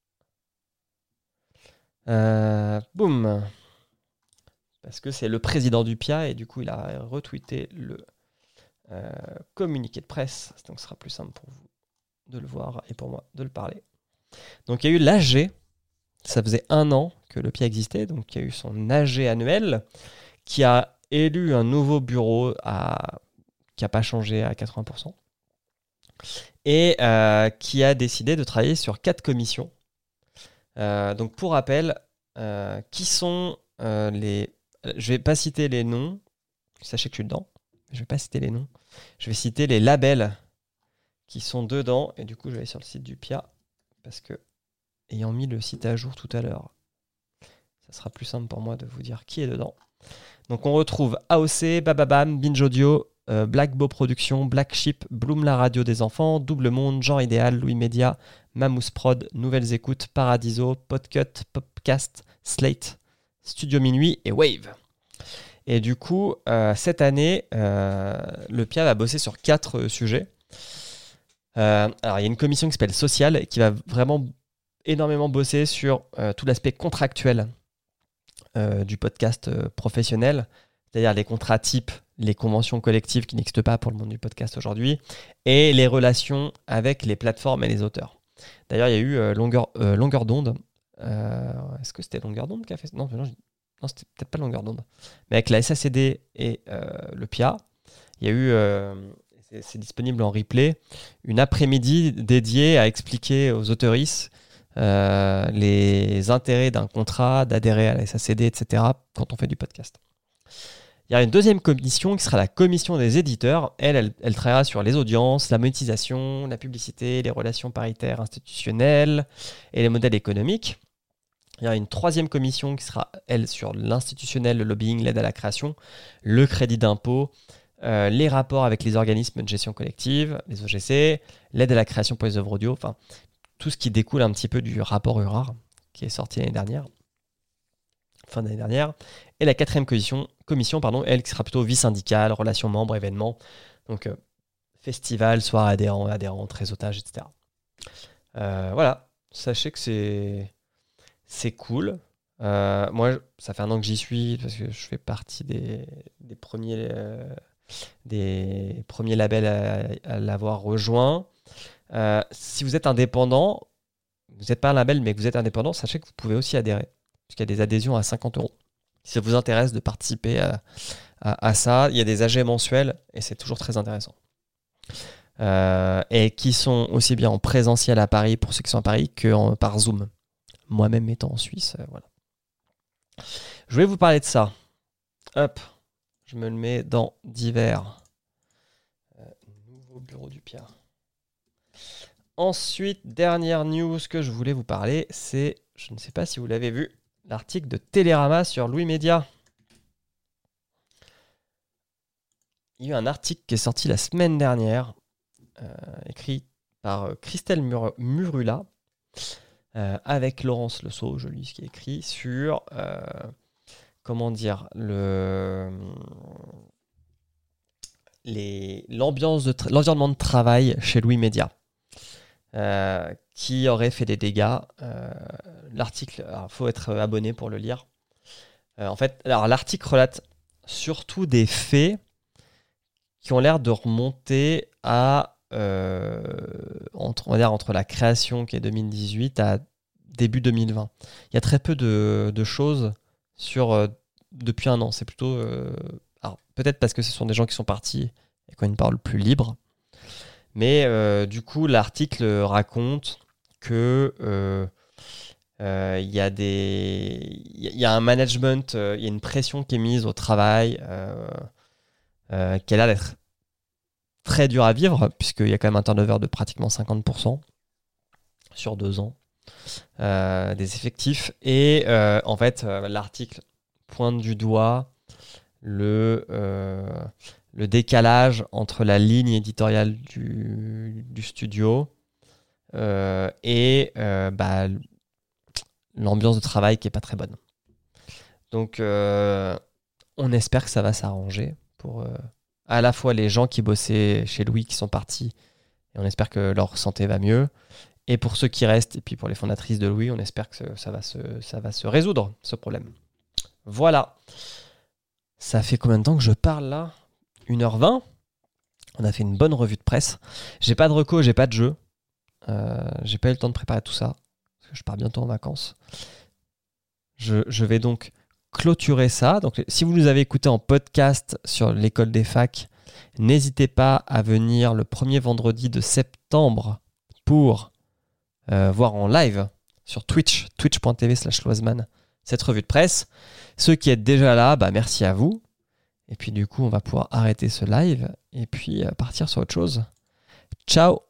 Euh, boum. Parce que c'est le président du P I A et du coup, il a retweeté le euh, communiqué de presse. Donc, ce sera plus simple pour vous de le voir et pour moi de le parler. Donc, il y a eu l'A G. Ça faisait un an que le P I A existait. Donc, il y a eu son A G annuel qui a élu un nouveau bureau à... qui n'a pas changé à quatre-vingts pour cent. Et euh, qui a décidé de travailler sur quatre commissions. Euh, donc, pour rappel, euh, qui sont euh, les... Je vais pas citer les noms, sachez que je suis dedans. Je vais pas citer les noms. Je vais citer les labels qui sont dedans. Et du coup, je vais aller sur le site du P I A parce que, ayant mis le site à jour tout à l'heure, ça sera plus simple pour moi de vous dire qui est dedans. Donc, on retrouve A O C, Bababam, Binge Audio, euh, Black Beau Productions, Black Sheep, Bloom la radio des enfants, Double Monde, Genre Idéal, Louis Média, Mamousse Prod, Nouvelles Écoutes, Paradiso, Podcut, Popcast, Slate, Studio Minuit et Wave. Et du coup, euh, cette année, euh, le P I A va bosser sur quatre euh, sujets. Euh, alors, il y a une commission qui s'appelle Sociale qui va vraiment énormément bosser sur euh, tout l'aspect contractuel euh, du podcast euh, professionnel, c'est-à-dire les contrats types, les conventions collectives qui n'existent pas pour le monde du podcast aujourd'hui, et les relations avec les plateformes et les auteurs. D'ailleurs, il y a eu euh, longueur, euh, longueur d'onde. Euh, est-ce que c'était Longueur d'onde qui a fait ça ? Non, non, non, c'était peut-être pas Longueur d'onde. Mais avec la S A C D et euh, le P I A, il y a eu, euh, c'est, c'est disponible en replay, une après-midi dédiée à expliquer aux auteuristes euh, les intérêts d'un contrat, d'adhérer à la S A C D, et cetera, quand on fait du podcast. Il y a une deuxième commission qui sera la commission des éditeurs. Elle, elle, elle travaillera sur les audiences, la monétisation, la publicité, les relations paritaires institutionnelles et les modèles économiques. Il y a une troisième commission qui sera, elle, sur l'institutionnel, le lobbying, l'aide à la création, le crédit d'impôt, euh, les rapports avec les organismes de gestion collective, les O G C, l'aide à la création pour les œuvres audio, enfin, tout ce qui découle un petit peu du rapport U R A R qui est sorti l'année dernière, fin d'année dernière. Et la quatrième commission, commission pardon, elle, qui sera plutôt vie syndicale, relations membres, événements, donc euh, festival, soirée adhérents, adhérentes, réseautage, et cetera. Euh, voilà, sachez que c'est... C'est cool. Euh, moi, ça fait un an que j'y suis parce que je fais partie des, des, premiers, euh, des premiers labels à, à l'avoir rejoint. Euh, si vous êtes indépendant, vous n'êtes pas un label, mais que vous êtes indépendant, sachez que vous pouvez aussi adhérer. Parce qu'il y a des adhésions à cinquante euros. Si ça vous intéresse de participer à, à, à ça. Il y a des A G mensuels et c'est toujours très intéressant. Euh, et qui sont aussi bien en présentiel à Paris pour ceux qui sont à Paris que en, par Zoom. Moi-même étant en Suisse, euh, voilà. Je voulais vous parler de ça. Hop, je me le mets dans divers. Euh, nouveau bureau du Pierre. Ensuite, dernière news que je voulais vous parler, c'est, je ne sais pas si vous l'avez vu, l'article de Télérama sur Louis Média. Il y a eu un article qui est sorti la semaine dernière, euh, écrit par euh, Christelle Mur- Murula, euh, avec Laurence Le Sceau, je lis ce qui est écrit, sur, euh, comment dire, le, les, l'ambiance de tra- l'environnement de travail chez Louis Média. Euh, qui aurait fait des dégâts. Euh, l'article, il faut être abonné pour le lire. Euh, en fait, alors, l'article relate surtout des faits qui ont l'air de remonter à euh, entre, on va dire, entre la création qui est deux mille dix-huit à début deux mille vingt. Il y a très peu de, de choses sur euh, depuis un an. C'est plutôt euh, alors, peut-être parce que ce sont des gens qui sont partis et qui ont une parole plus libre. Mais euh, du coup, l'article raconte que euh, euh, y a des, il y a un management, il euh, y a une pression qui est mise au travail, euh, euh, qui a l'air d'être très dur à vivre, puisqu'il y a quand même un turnover de pratiquement cinquante pour cent sur deux ans euh, des effectifs. Et euh, en fait, euh, l'article pointe du doigt le euh, le décalage entre la ligne éditoriale du, du studio euh, et euh, bah, l'ambiance de travail qui n'est pas très bonne. Donc, euh, on espère que ça va s'arranger pour euh, à la fois les gens qui bossaient chez Louis qui sont partis, et on espère que leur santé va mieux, et pour ceux qui restent, et puis pour les fondatrices de Louis, on espère que ça va se, ça va se résoudre, ce problème. Voilà. Ça fait combien de temps que je parle là ? une heure vingt. On a fait une bonne revue de presse. J'ai pas de reco, j'ai pas de jeu. Euh, j'ai pas eu le temps de préparer tout ça. Parce que je pars bientôt en vacances. Je, je vais donc clôturer ça. Donc, si vous nous avez écouté en podcast sur l'école des facs, n'hésitez pas à venir le premier vendredi de septembre pour euh, voir en live sur Twitch, twitch.tv slash loiseman, cette revue de presse. Ceux qui êtes déjà là, bah merci à vous. Et puis du coup, on va pouvoir arrêter ce live et puis partir sur autre chose. Ciao!